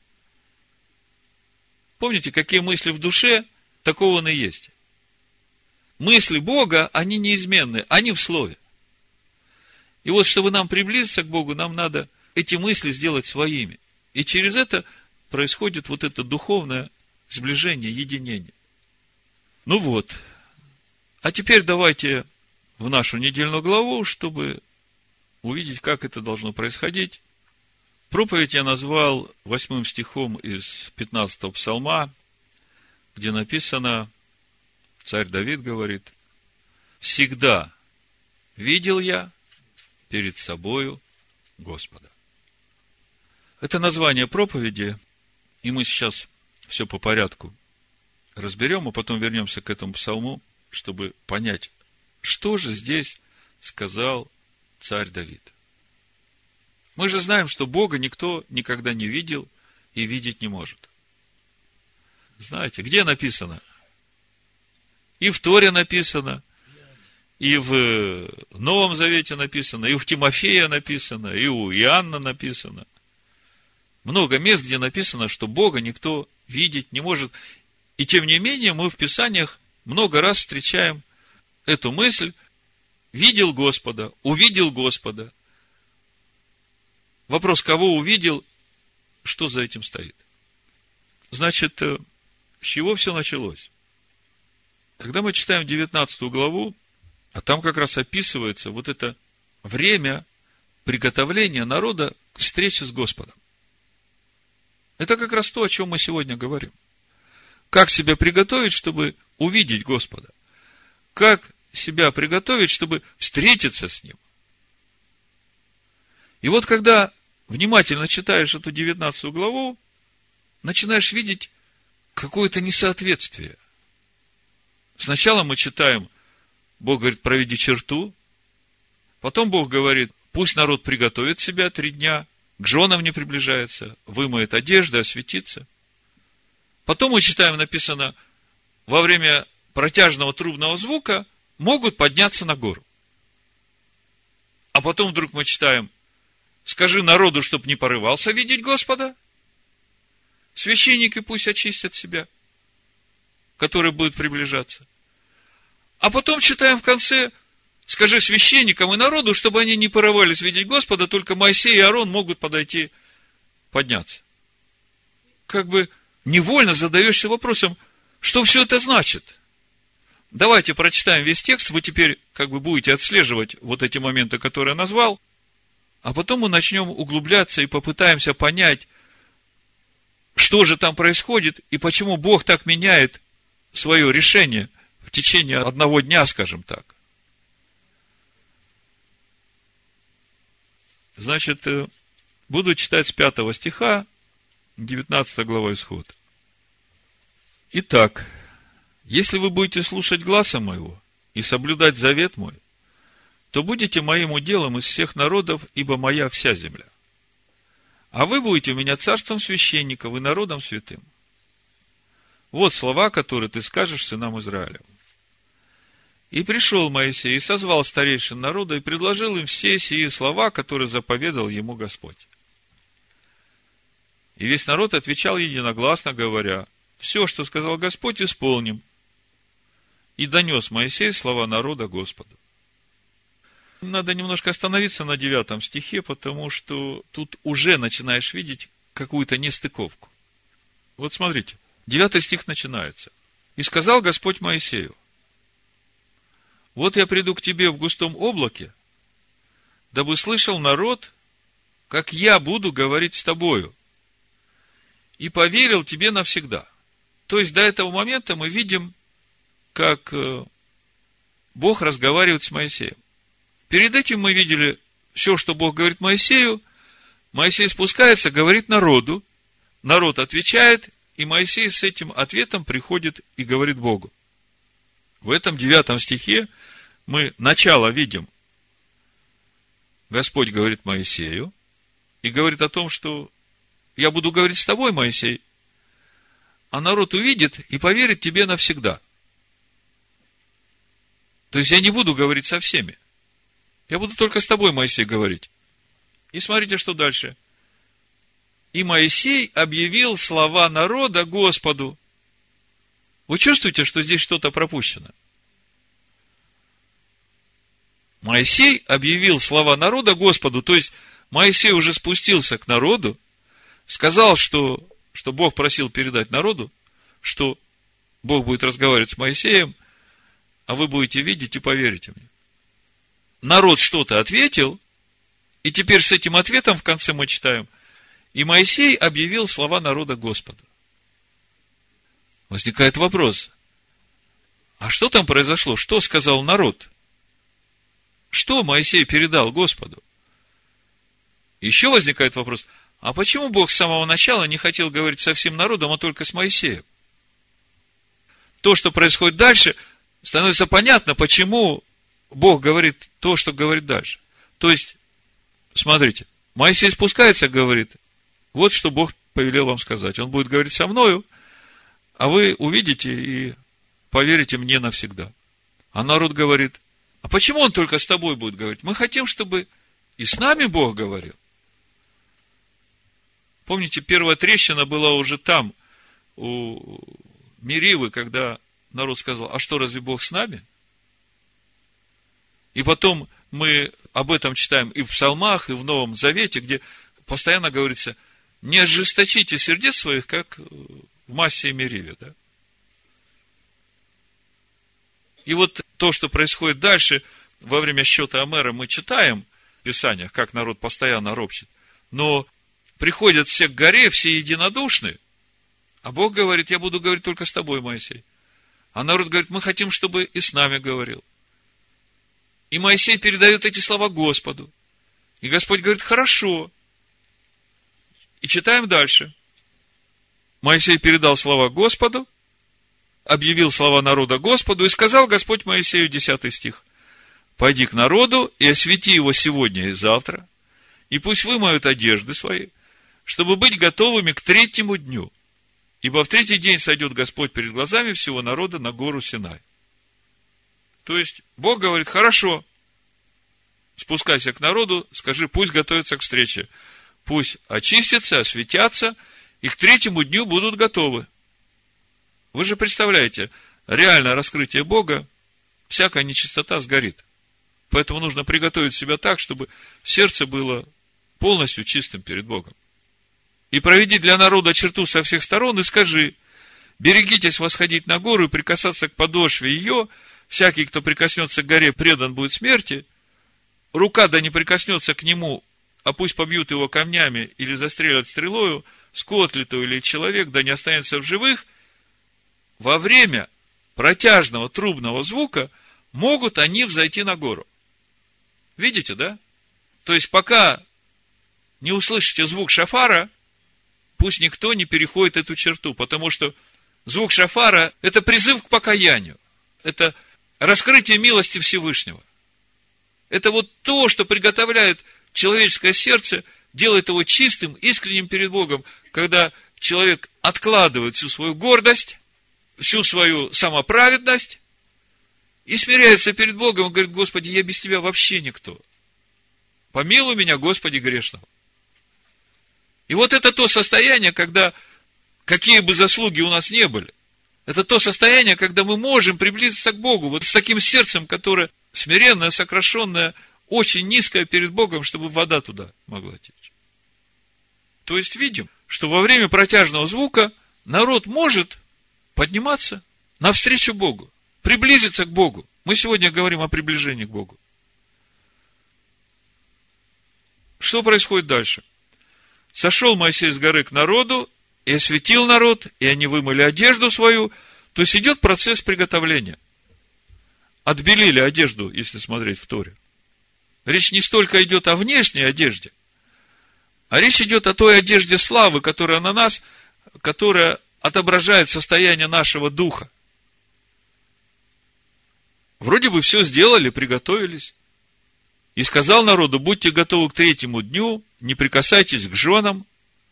Помните, какие мысли в душе, такого он и есть. Мысли Бога, они неизменны, они в слове. И вот, чтобы нам приблизиться к Богу, нам надо эти мысли сделать своими. И через это происходит вот это духовное сближение, единение. Ну вот. А теперь давайте в нашу недельную главу, чтобы увидеть, как это должно происходить. Проповедь я назвал 8 стихом из 15 псалма, где написано, царь Давид говорит: «Всегда видел я перед собою Господа». Это название проповеди, и мы сейчас все по порядку разберем, а потом вернемся к этому псалму, чтобы понять, что же здесь сказал царь Давид. Мы же знаем, что Бога никто никогда не видел и видеть не может. Знаете, где написано? И в Торе написано, и в Новом Завете написано, и у Тимофея написано, и у Иоанна написано. Много мест, где написано, что Бога никто видеть не может. И тем не менее, мы в Писаниях много раз встречаем эту мысль: видел Господа, увидел Господа. Вопрос, кого увидел, что за этим стоит? Значит, с чего все началось? Когда мы читаем 19 главу, а там как раз описывается вот это время приготовления народа к встрече с Господом. Это как раз то, о чем мы сегодня говорим. Как себя приготовить, чтобы увидеть Господа? Как себя приготовить, чтобы встретиться с Ним? И вот когда внимательно читаешь эту 19 главу, начинаешь видеть какое-то несоответствие. Сначала мы читаем, Бог говорит, проведи черту. Потом Бог говорит, пусть народ приготовит себя 3 дня, к женам не приближается, вымоет одежды, осветится. Потом мы читаем, написано, во время протяжного трубного звука могут подняться на гору. А потом вдруг мы читаем, скажи народу, чтоб не порывался видеть Господа. Священники пусть очистят себя, которые будут приближаться. А потом читаем в конце, скажи священникам и народу, чтобы они не порывались видеть Господа, только Моисей и Аарон могут подойти, подняться. Как бы невольно задаешься вопросом, что все это значит? Давайте прочитаем весь текст, вы теперь как бы будете отслеживать вот эти моменты, которые я назвал, а потом мы начнем углубляться и попытаемся понять, что же там происходит и почему Бог так меняет свое решение в течение одного дня, скажем так. Значит, буду читать с 5 стиха, 19 глава Исход. Итак, если вы будете слушать гласа моего и соблюдать завет мой, то будете моим уделом из всех народов, ибо моя вся земля. А вы будете у меня царством священников и народом святым. Вот слова, которые ты скажешь сынам Израилевым. И пришел Моисей, и созвал старейшин народа, и предложил им все сии слова, которые заповедал ему Господь. И весь народ отвечал единогласно, говоря: все, что сказал Господь, исполним. И донес Моисей слова народа Господу. Надо немножко остановиться на 9 стихе, потому что тут уже начинаешь видеть какую-то нестыковку. Вот смотрите, 9 стих начинается. И сказал Господь Моисею: вот я приду к тебе в густом облаке, дабы слышал народ, как я буду говорить с тобою, и поверил тебе навсегда. То есть, до этого момента мы видим, как Бог разговаривает с Моисеем. Перед этим мы видели все, что Бог говорит Моисею. Моисей спускается, говорит народу, народ отвечает, и Моисей с этим ответом приходит и говорит Богу. В этом 9 стихе мы начало видим. Господь говорит Моисею и говорит о том, что я буду говорить с тобой, Моисей, а народ увидит и поверит тебе навсегда. То есть я не буду говорить со всеми. Я буду только с тобой, Моисей, говорить. И смотрите, что дальше. И Моисей объявил слова народа Господу. Вы чувствуете, что здесь что-то пропущено? Моисей объявил слова народа Господу, то есть Моисей уже спустился к народу, сказал, что Бог просил передать народу, что Бог будет разговаривать с Моисеем, а вы будете видеть и поверите мне. Народ что-то ответил, и теперь с этим ответом в конце мы читаем: и Моисей объявил слова народа Господу. Возникает вопрос: а что там произошло? Что сказал народ? Что Моисей передал Господу? Еще возникает вопрос: а почему Бог с самого начала не хотел говорить со всем народом, а только с Моисеем? То, что происходит дальше, становится понятно, почему Бог говорит то, что говорит дальше. То есть, смотрите, Моисей спускается и говорит: вот что Бог повелел вам сказать. Он будет говорить со мною, а вы увидите и поверите мне навсегда. А народ говорит: а почему он только с тобой будет говорить? Мы хотим, чтобы и с нами Бог говорил. Помните, первая трещина была уже там, у Меривы, когда народ сказал: а что, разве Бог с нами? И потом мы об этом читаем и в Псалмах, и в Новом Завете, где постоянно говорится: не ожесточите сердец своих, как в Массе и Мериве. Да? И вот то, что происходит дальше, во время счета Омера, мы читаем в Писаниях, как народ постоянно ропщет. Но приходят все к горе, все единодушны, а Бог говорит: я буду говорить только с тобой, Моисей. А народ говорит: мы хотим, чтобы и с нами говорил. И Моисей передает эти слова Господу. И Господь говорит: хорошо. И читаем дальше. Моисей передал слова Господу, объявил слова народа Господу, и сказал Господь Моисею, 10 стих: пойди к народу и освети его сегодня и завтра, и пусть вымоют одежды свои, чтобы быть готовыми к 3-му дню. Ибо в 3-й день сойдет Господь перед глазами всего народа на гору Синай. То есть, Бог говорит: хорошо, спускайся к народу, скажи, пусть готовятся к встрече, пусть очистятся, осветятся, и к 3-му дню будут готовы. Вы же представляете, реальное раскрытие Бога, всякая нечистота сгорит. Поэтому нужно приготовить себя так, чтобы сердце было полностью чистым перед Богом. И проведи для народа черту со всех сторон и скажи: берегитесь восходить на гору и прикасаться к подошве ее. Всякий, кто прикоснется к горе, предан будет смерти. Рука да не прикоснется к нему, а пусть побьют его камнями или застрелят стрелою, скот ли то или человек, да не останется в живых. Во время протяжного трубного звука могут они взойти на гору. Видите, да? То есть, пока не услышите звук шафара, пусть никто не переходит эту черту, потому что звук шафара – это призыв к покаянию, это раскрытие милости Всевышнего. Это вот то, что приготовляет человеческое сердце, делает его чистым, искренним перед Богом, когда человек откладывает всю свою гордость, всю свою самоправедность и смиряется перед Богом и говорит: Господи, я без Тебя вообще никто. Помилуй меня, Господи, грешного. И вот это то состояние, когда, какие бы заслуги у нас не были, это то состояние, когда мы можем приблизиться к Богу, вот с таким сердцем, которое смиренное, сокрушенное, очень низкое перед Богом, чтобы вода туда могла течь. То есть видим, что во время протяжного звука народ может подниматься навстречу Богу, приблизиться к Богу. Мы сегодня говорим о приближении к Богу. Что происходит дальше? Сошел Моисей с горы к народу, и осветил народ, и они вымыли одежду свою. То есть идет процесс приготовления. Отбелили одежду, если смотреть в Торе. Речь не столько идет о внешней одежде, а речь идет о той одежде славы, которая на нас, которая отображает состояние нашего духа. Вроде бы все сделали, приготовились. И сказал народу: будьте готовы к 3-му дню, не прикасайтесь к женам.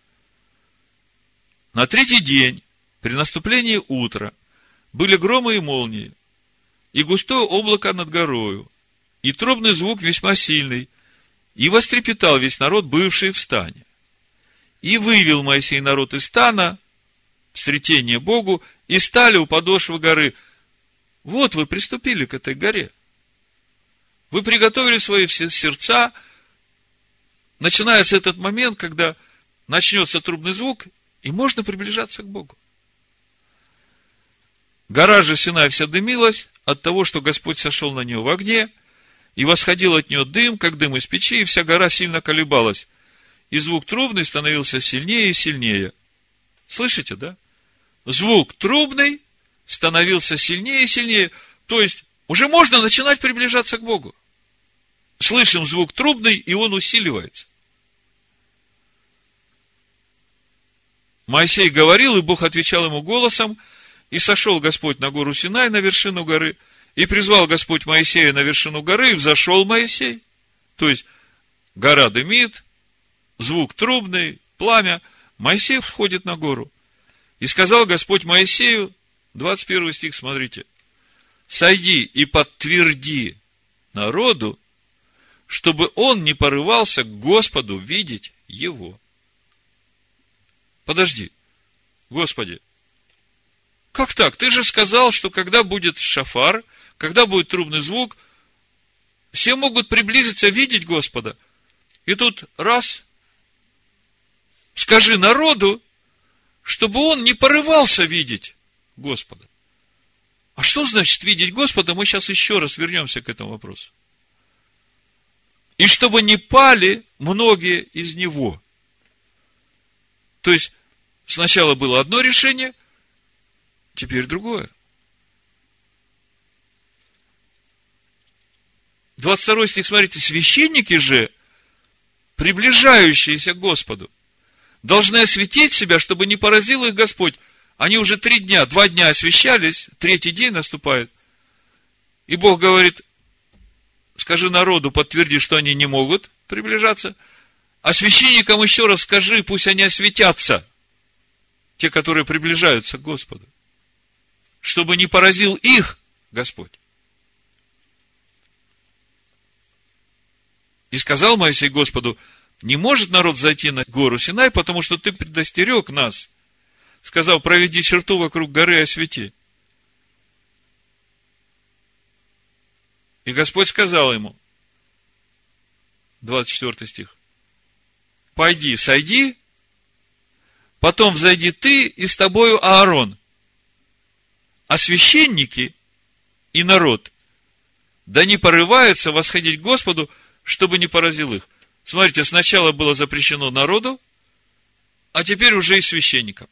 На 3-й день, при наступлении утра, были громы и молнии, и густое облако над горою, и трубный звук весьма сильный, и вострепетал весь народ, бывший в стане. И вывел Моисей народ из стана, в сретение Богу, и стали у подошвы горы. Вот вы приступили к этой горе. Вы приготовили свои все сердца. Начинается этот момент, когда начнется трубный звук, и можно приближаться к Богу. Гора же Синай вся дымилась от того, что Господь сошел на нее в огне, и восходил от нее дым, как дым из печи, и вся гора сильно колебалась. И звук трубный становился сильнее и сильнее. Слышите, да? Звук трубный становился сильнее и сильнее. То есть, уже можно начинать приближаться к Богу. Слышим звук трубный, и он усиливается. Моисей говорил, и Бог отвечал ему голосом, и сошел Господь на гору Синай, на вершину горы, и призвал Господь Моисея на вершину горы, и взошел Моисей. То есть, гора дымит, звук трубный, пламя. Моисей входит на гору. И сказал Господь Моисею, 21 стих, смотрите: сойди и подтверди народу, чтобы он не порывался к Господу видеть его. Подожди, Господи, как так? Ты же сказал, что когда будет шафар, когда будет трубный звук, все могут приблизиться, видеть Господа. И тут раз, скажи народу, чтобы он не порывался видеть Господа. А что значит видеть Господа? Мы сейчас еще раз вернемся к этому вопросу. И чтобы не пали многие из него. То есть, сначала было одно решение, теперь другое. 22 стих, смотрите: священники же, приближающиеся к Господу, должны осветить себя, чтобы не поразил их Господь. Они уже 2 дня освящались, 3-й день наступает. И Бог говорит: скажи народу, подтверди, что они не могут приближаться. А священникам еще раз скажи, пусть они осветятся, те, которые приближаются к Господу, чтобы не поразил их Господь. И сказал Моисей Господу: не может народ зайти на гору Синай, потому что ты предостерег нас, сказав: проведи черту вокруг горы и освети. И Господь сказал ему, 24 стих: пойди, сойди, потом взойди ты и с тобою Аарон, а священники и народ да не порываются восходить к Господу, чтобы не поразил их. Смотрите, сначала было запрещено народу, а теперь уже и священникам.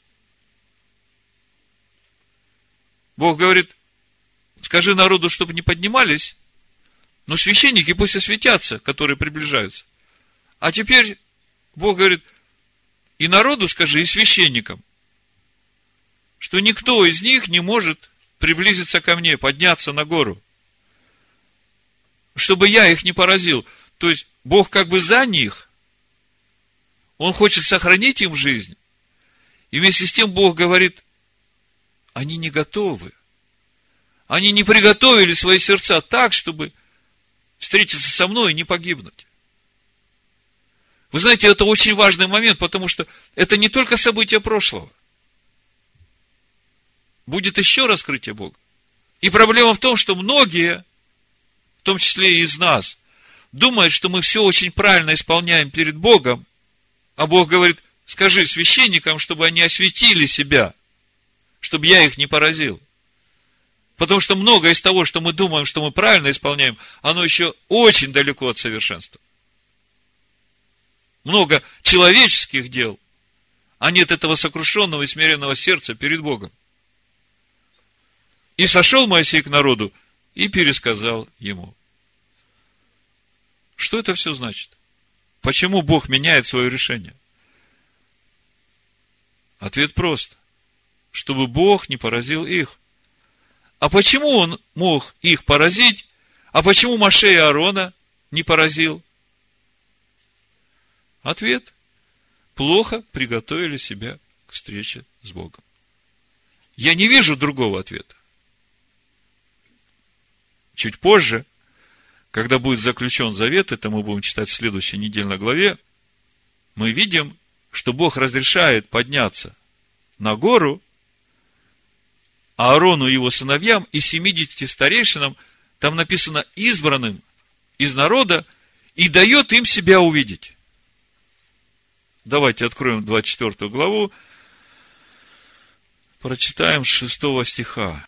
Бог говорит: скажи народу, чтобы не поднимались, но священники пусть осветятся, которые приближаются. А теперь Бог говорит, и народу скажи, и священникам, что никто из них не может приблизиться ко мне, подняться на гору, чтобы я их не поразил. То есть, Бог как бы за них, Он хочет сохранить им жизнь, и вместе с тем Бог говорит, они не готовы. Они не приготовили свои сердца так, чтобы встретиться со мной и не погибнуть. Вы знаете, это очень важный момент, потому что это не только события прошлого. Будет еще раскрытие Бога. И проблема в том, что многие, в том числе и из нас, думают, что мы все очень правильно исполняем перед Богом, а Бог говорит, скажи священникам, чтобы они осветили себя, чтобы я их не поразил. Потому что многое из того, что мы думаем, что мы правильно исполняем, оно еще очень далеко от совершенства. Много человеческих дел, а нет этого сокрушенного и смиренного сердца перед Богом. И сошел Моисей к народу и пересказал ему. Что это все значит? Почему Бог меняет свое решение? Ответ прост. Чтобы Бог не поразил их. А почему Он мог их поразить? А почему Моше и Аарона не поразил? Ответ. Плохо приготовили себя к встрече с Богом. Я не вижу другого ответа. Чуть позже, когда будет заключен завет, это мы будем читать в следующей недельной главе, мы видим, что Бог разрешает подняться на гору Аарону и его сыновьям и 70 старейшинам, там написано избранным из народа, и дает им себя увидеть. Давайте откроем 24 главу, прочитаем с 6 стиха.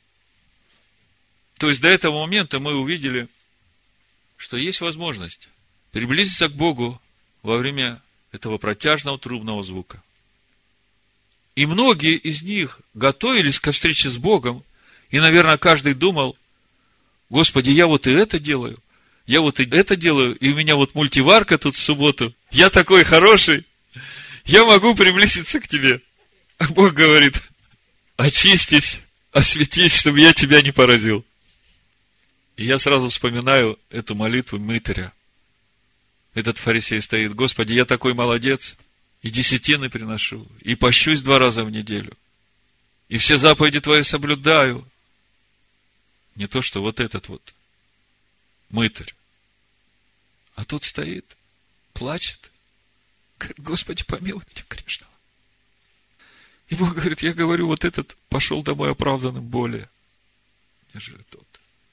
То есть, до этого момента мы увидели, что есть возможность приблизиться к Богу во время этого протяжного трубного звука. И многие из них готовились ко встрече с Богом, и, наверное, каждый думал, Господи, я вот и это делаю, я вот и это делаю, и у меня вот мультиварка тут в субботу, я такой хороший, я могу приблизиться к тебе. А Бог говорит, очистись, осветись, чтобы я тебя не поразил. И я сразу вспоминаю эту молитву мытаря. Этот фарисей стоит, Господи, я такой молодец, и десятины приношу, и пощусь 2 раза в неделю, и все заповеди Твои соблюдаю. Не то, что вот этот вот мытарь. А тут стоит, плачет, говорит, Господи, помилуй меня грешного. И Бог говорит, я говорю, вот этот пошел домой оправданным более, нежели тот.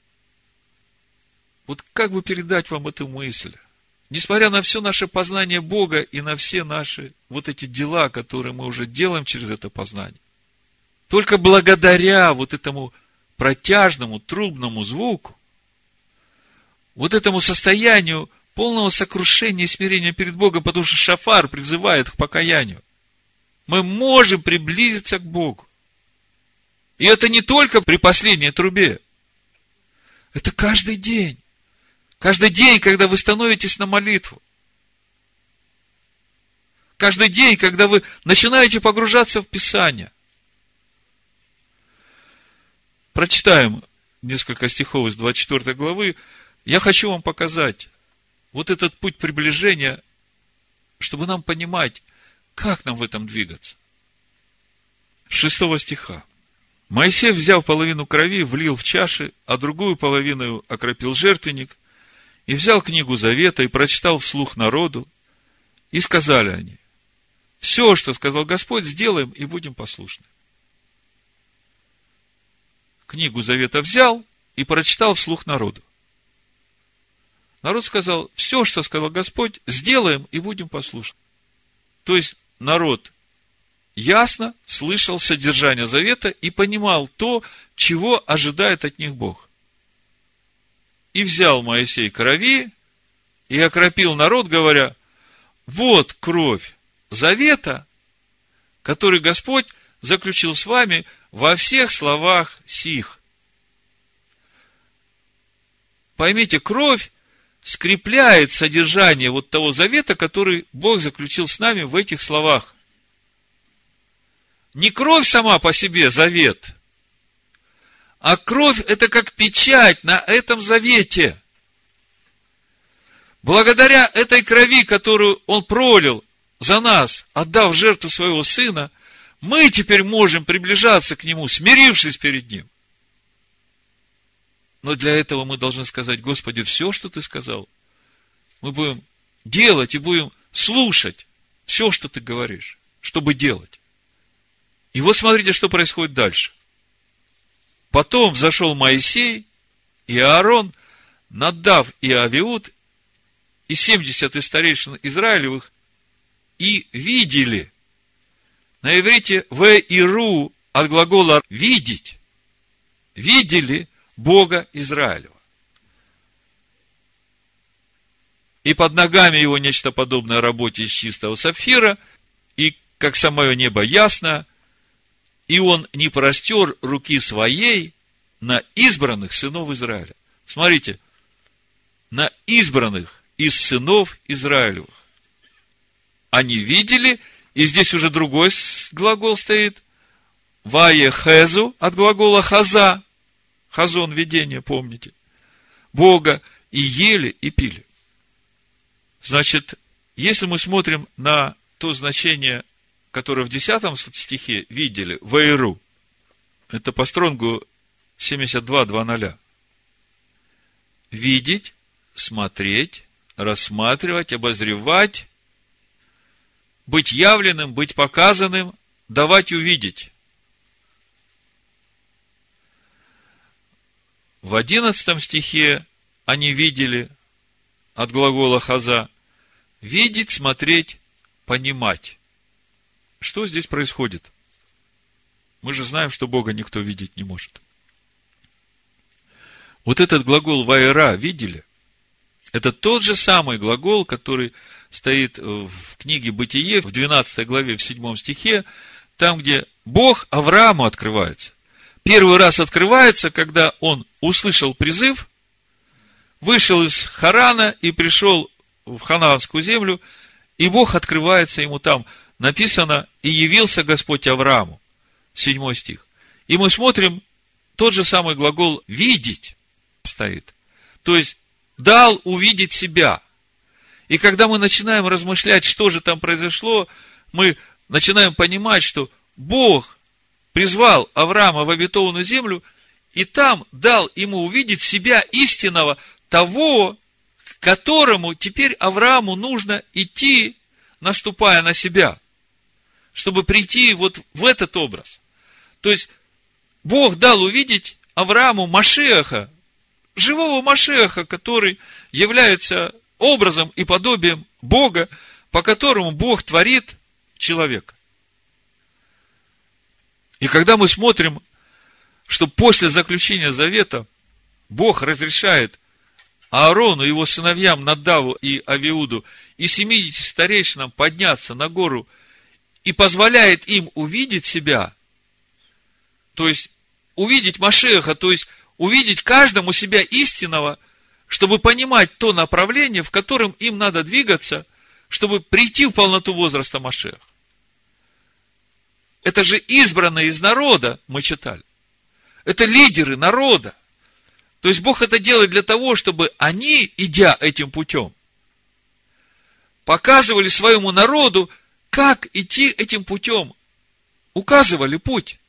Вот как бы передать вам эту мысль? Несмотря на все наше познание Бога и на все наши вот эти дела, которые мы уже делаем через это познание, только благодаря вот этому протяжному трубному звуку, вот этому состоянию полного сокрушения и смирения перед Богом, потому что шафар призывает к покаянию, мы можем приблизиться к Богу. И это не только при последней трубе. Это каждый день. Каждый день, когда вы становитесь на молитву. Каждый день, когда вы начинаете погружаться в Писание. Прочитаем несколько стихов из 24 главы. Я хочу вам показать вот этот путь приближения, чтобы нам понимать, как нам в этом двигаться. С 6 стиха. Моисей, взяв половину крови, влил в чаши, а другую половину окропил жертвенник, и взял книгу Завета и прочитал вслух народу, и сказали они, все, что сказал Господь, сделаем и будем послушны. Книгу Завета взял и прочитал вслух народу. Народ сказал, все, что сказал Господь, сделаем и будем послушны. То есть, народ ясно слышал содержание Завета и понимал то, чего ожидает от них Бог. И взял Моисей крови и окропил народ, говоря, вот кровь Завета, который Господь заключил с вами во всех словах сих. Поймите, кровь скрепляет содержание вот того завета, который Бог заключил с нами в этих словах. Не кровь сама по себе завет, а кровь – это как печать на этом завете. Благодаря этой крови, которую Он пролил за нас, отдав жертву своего Сына, мы теперь можем приближаться к Нему, смирившись перед Ним. Но для этого мы должны сказать: Господи, все, что Ты сказал, мы будем делать и будем слушать все, что Ты говоришь, чтобы делать. И вот смотрите, что происходит дальше. Потом взошел Моисей и Аарон, Надав и Авиуд, и 70 из старейшин Израилевых, и видели. На иврите «вэиру» от глагола «видеть». Видели Бога Израилева. И под ногами его нечто подобное работе из чистого сапфира, и как самое небо ясно, и он не простер руки своей на избранных сынов Израиля. Смотрите, на избранных из сынов Израилевых. Они видели, и здесь уже другой глагол стоит, «ваехезу» от глагола «хаза», хазон, видение, помните, Бога, и ели, и пили. Значит, если мы смотрим на то значение, которое в 10 стихе видели, «ваиру», это по Стронгу 72:2:0. Видеть, смотреть, рассматривать, обозревать, быть явленным, быть показанным, давать увидеть. В 11 стихе они видели от глагола «хаза» видеть, смотреть, понимать. Что здесь происходит? Мы же знаем, что Бога никто видеть не может. Вот этот глагол «ваера» видели? Это тот же самый глагол, который стоит в книге «Бытие» в 12 главе, в 7 стихе, там, где Бог Аврааму открывается. Первый раз открывается, когда он услышал призыв, вышел из Харана и пришел в Ханаанскую землю, и Бог открывается ему там. Написано: «И явился Господь Аврааму». 7 стих. И мы смотрим, тот же самый глагол «видеть» стоит. То есть, дал увидеть себя. И когда мы начинаем размышлять, что же там произошло, мы начинаем понимать, что Бог призвал Авраама в обетованную землю, и там дал ему увидеть себя истинного, того, к которому теперь Аврааму нужно идти, наступая на себя, чтобы прийти вот в этот образ. То есть, Бог дал увидеть Аврааму Машиаха, живого Машиаха, который является образом и подобием Бога, по которому Бог творит человека. И когда мы смотрим, что после заключения завета Бог разрешает Аарону, его сыновьям Надаву и Авиуду и 70 старейшинам подняться на гору и позволяет им увидеть себя, то есть увидеть Машиаха, то есть увидеть каждому себя истинного, чтобы понимать то направление, в котором им надо двигаться, чтобы прийти в полноту возраста Машиаха. Это же избранные из народа, мы читали. Это лидеры народа. То есть Бог это делает для того, чтобы они, идя этим путем, показывали своему народу, как идти этим путем. Указывали путь.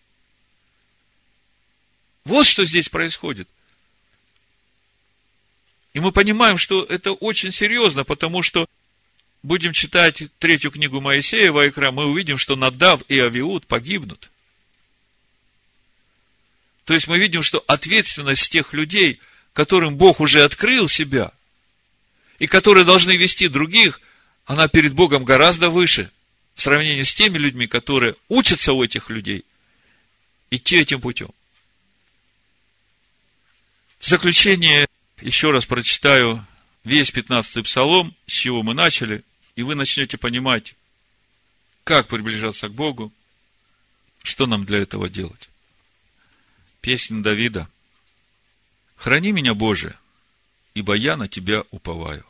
Вот что здесь происходит. И мы понимаем, что это очень серьезно, потому что будем читать 3 книгу Моисея, Ваикра, мы увидим, что Надав и Авиуд погибнут. То есть мы видим, что ответственность тех людей, которым Бог уже открыл себя, и которые должны вести других, она перед Богом гораздо выше, в сравнении с теми людьми, которые учатся у этих людей идти этим путем. В заключение еще раз прочитаю весь 15-й псалом, с чего мы начали, и вы начнете понимать, как приближаться к Богу, что нам для этого делать. Песнь Давида. «Храни меня, Боже, ибо я на тебя уповаю.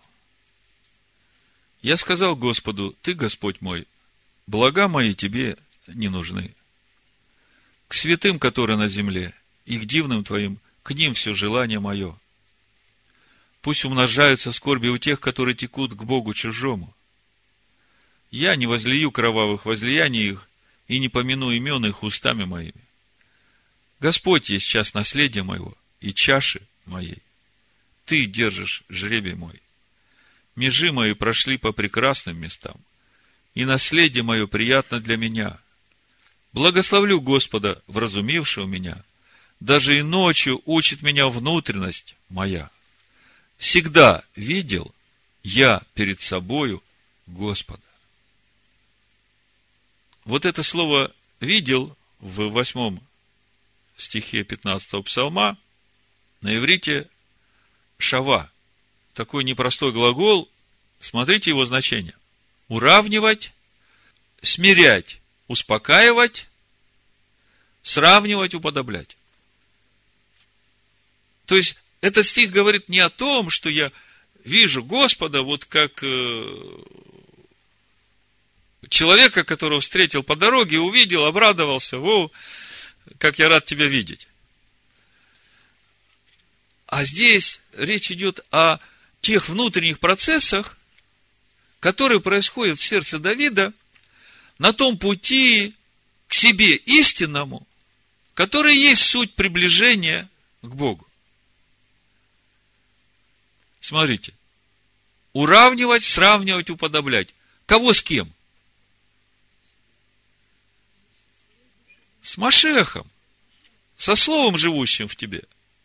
Я сказал Господу: Ты, Господь мой, блага мои тебе не нужны. К святым, которые на земле, и к дивным твоим, к ним все желание мое. Пусть умножаются скорби у тех, которые текут к Богу чужому. Я не возлию кровавых возлияний их, и не помяну имен их устами моими. Господь есть час наследия моего и чаши моей. Ты держишь жребий мой. Межи мои прошли по прекрасным местам, и наследие мое приятно для меня. Благословлю Господа, вразумившего меня, даже и ночью учит меня внутренность моя. Всегда видел я перед собою Господа. Вот это слово «видел» в 8 стихе 15 псалма на иврите «шава». Такой непростой глагол, смотрите его значение. Уравнивать, смирять, успокаивать, сравнивать, уподоблять. То есть, этот стих говорит не о том, что я вижу Господа, вот как человека, которого встретил по дороге, увидел, обрадовался: о, как я рад тебя видеть. А здесь речь идет о тех внутренних процессах, которые происходят в сердце Давида на том пути к себе истинному, который есть суть приближения к Богу. Смотрите. Уравнивать, сравнивать, уподоблять. Кого с кем? С Машиахом. Со Словом, живущим в тебе.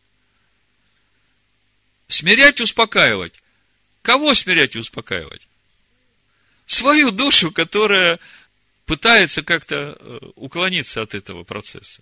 Смирять, успокаивать. Кого смирять и успокаивать? Свою душу, которая пытается как-то уклониться от этого процесса.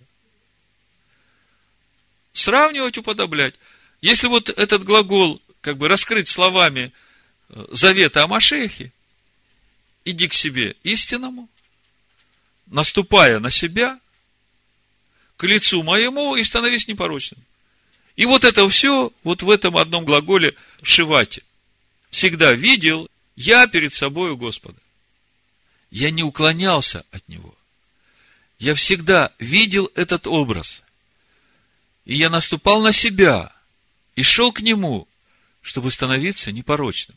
Сравнивать, уподоблять. Если вот этот глагол как бы раскрыть словами завета о Машиахе, иди к себе истинному, наступая на себя, к лицу моему, и становись непорочным. И вот это все вот в этом одном глаголе шивати. Всегда видел я перед собою Господа. Я не уклонялся от Него. Я всегда видел этот образ. И я наступал на себя и шел к Нему, чтобы становиться непорочным.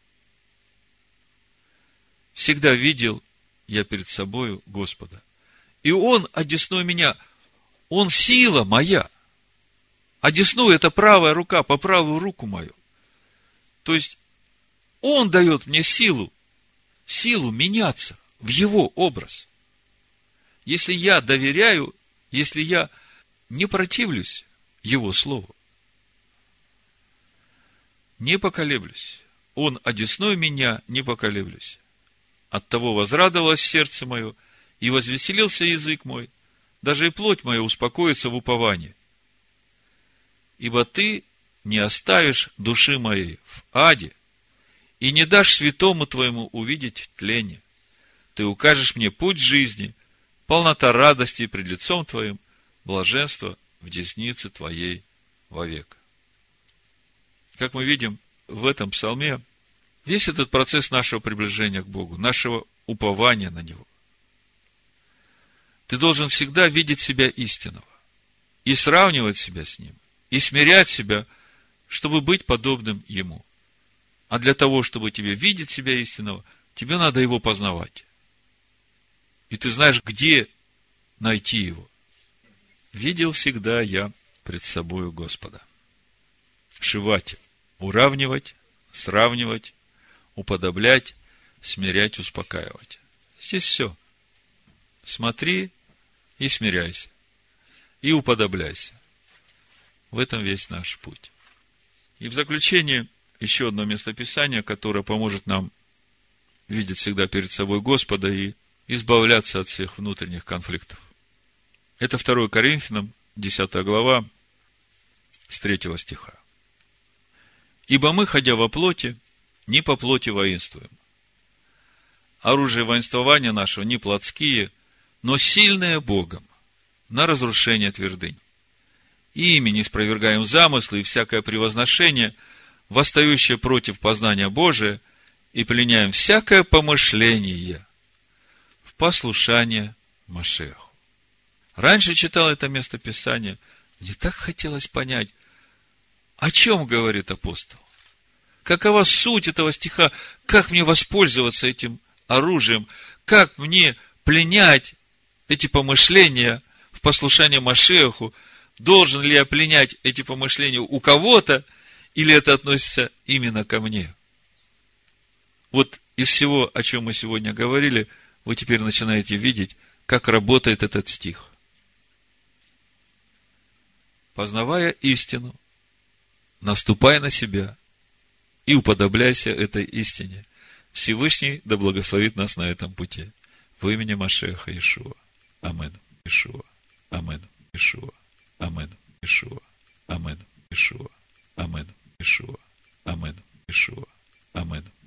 Всегда видел я перед собою Господа. И Он одесную меня. Он сила моя. Одесную — это правая рука, по правую руку мою. То есть, Он дает мне силу меняться в Его образ. Если я доверяю, если я не противлюсь Его Слову, не поколеблюсь. Он одесную меня, не поколеблюсь. Оттого возрадовалось сердце мое, и возвеселился язык мой, даже и плоть моя успокоится в уповании. Ибо ты не оставишь души моей в аде, и не дашь святому твоему увидеть тление. Ты укажешь мне путь жизни, полнота радости пред лицом твоим, блаженство в деснице твоей вовек. Как мы видим в этом псалме, весь этот процесс нашего приближения к Богу, нашего упования на Него. Ты должен всегда видеть себя истинного и сравнивать себя с Ним, и смирять себя, чтобы быть подобным Ему. А для того, чтобы тебе видеть себя истинного, тебе надо Его познавать. И ты знаешь, где найти Его. Видел всегда я пред собою Господа. Шивать, уравнивать, сравнивать, уподоблять, смирять, успокаивать. Здесь все. Смотри и смиряйся. И уподобляйся. В этом весь наш путь. И в заключение еще одно местописание, которое поможет нам видеть всегда перед собой Господа и избавляться от всех внутренних конфликтов. Это 2 Коринфянам, 10 глава, с 3 стиха. Ибо мы, ходя во плоти, не по плоти воинствуем. Оружие воинствования нашего не плотские, но сильное Богом на разрушение твердынь. И ими не спровергаем замыслы и всякое превозношение, восстающее против познания Божия, и пленяем всякое помышление в послушание Машиаху. Раньше читал это место Писания, мне так хотелось понять, о чем говорит апостол. Какова суть этого стиха, как мне воспользоваться этим оружием, как мне пленять эти помышления в послушание Машиаху, должен ли я пленять эти помышления у кого-то, или это относится именно ко мне? Вот из всего, о чем мы сегодня говорили, вы теперь начинаете видеть, как работает этот стих. Познавая истину, наступай на себя и уподобляйся этой истине. Всевышний да благословит нас на этом пути. В имени Машиаха Иешуа. Амин. Иешуа. Амин. Иешуа. Амин. Иешуа. Амин. Иешуа. Амин. Иешуа. Амин. Иешуа. Амин.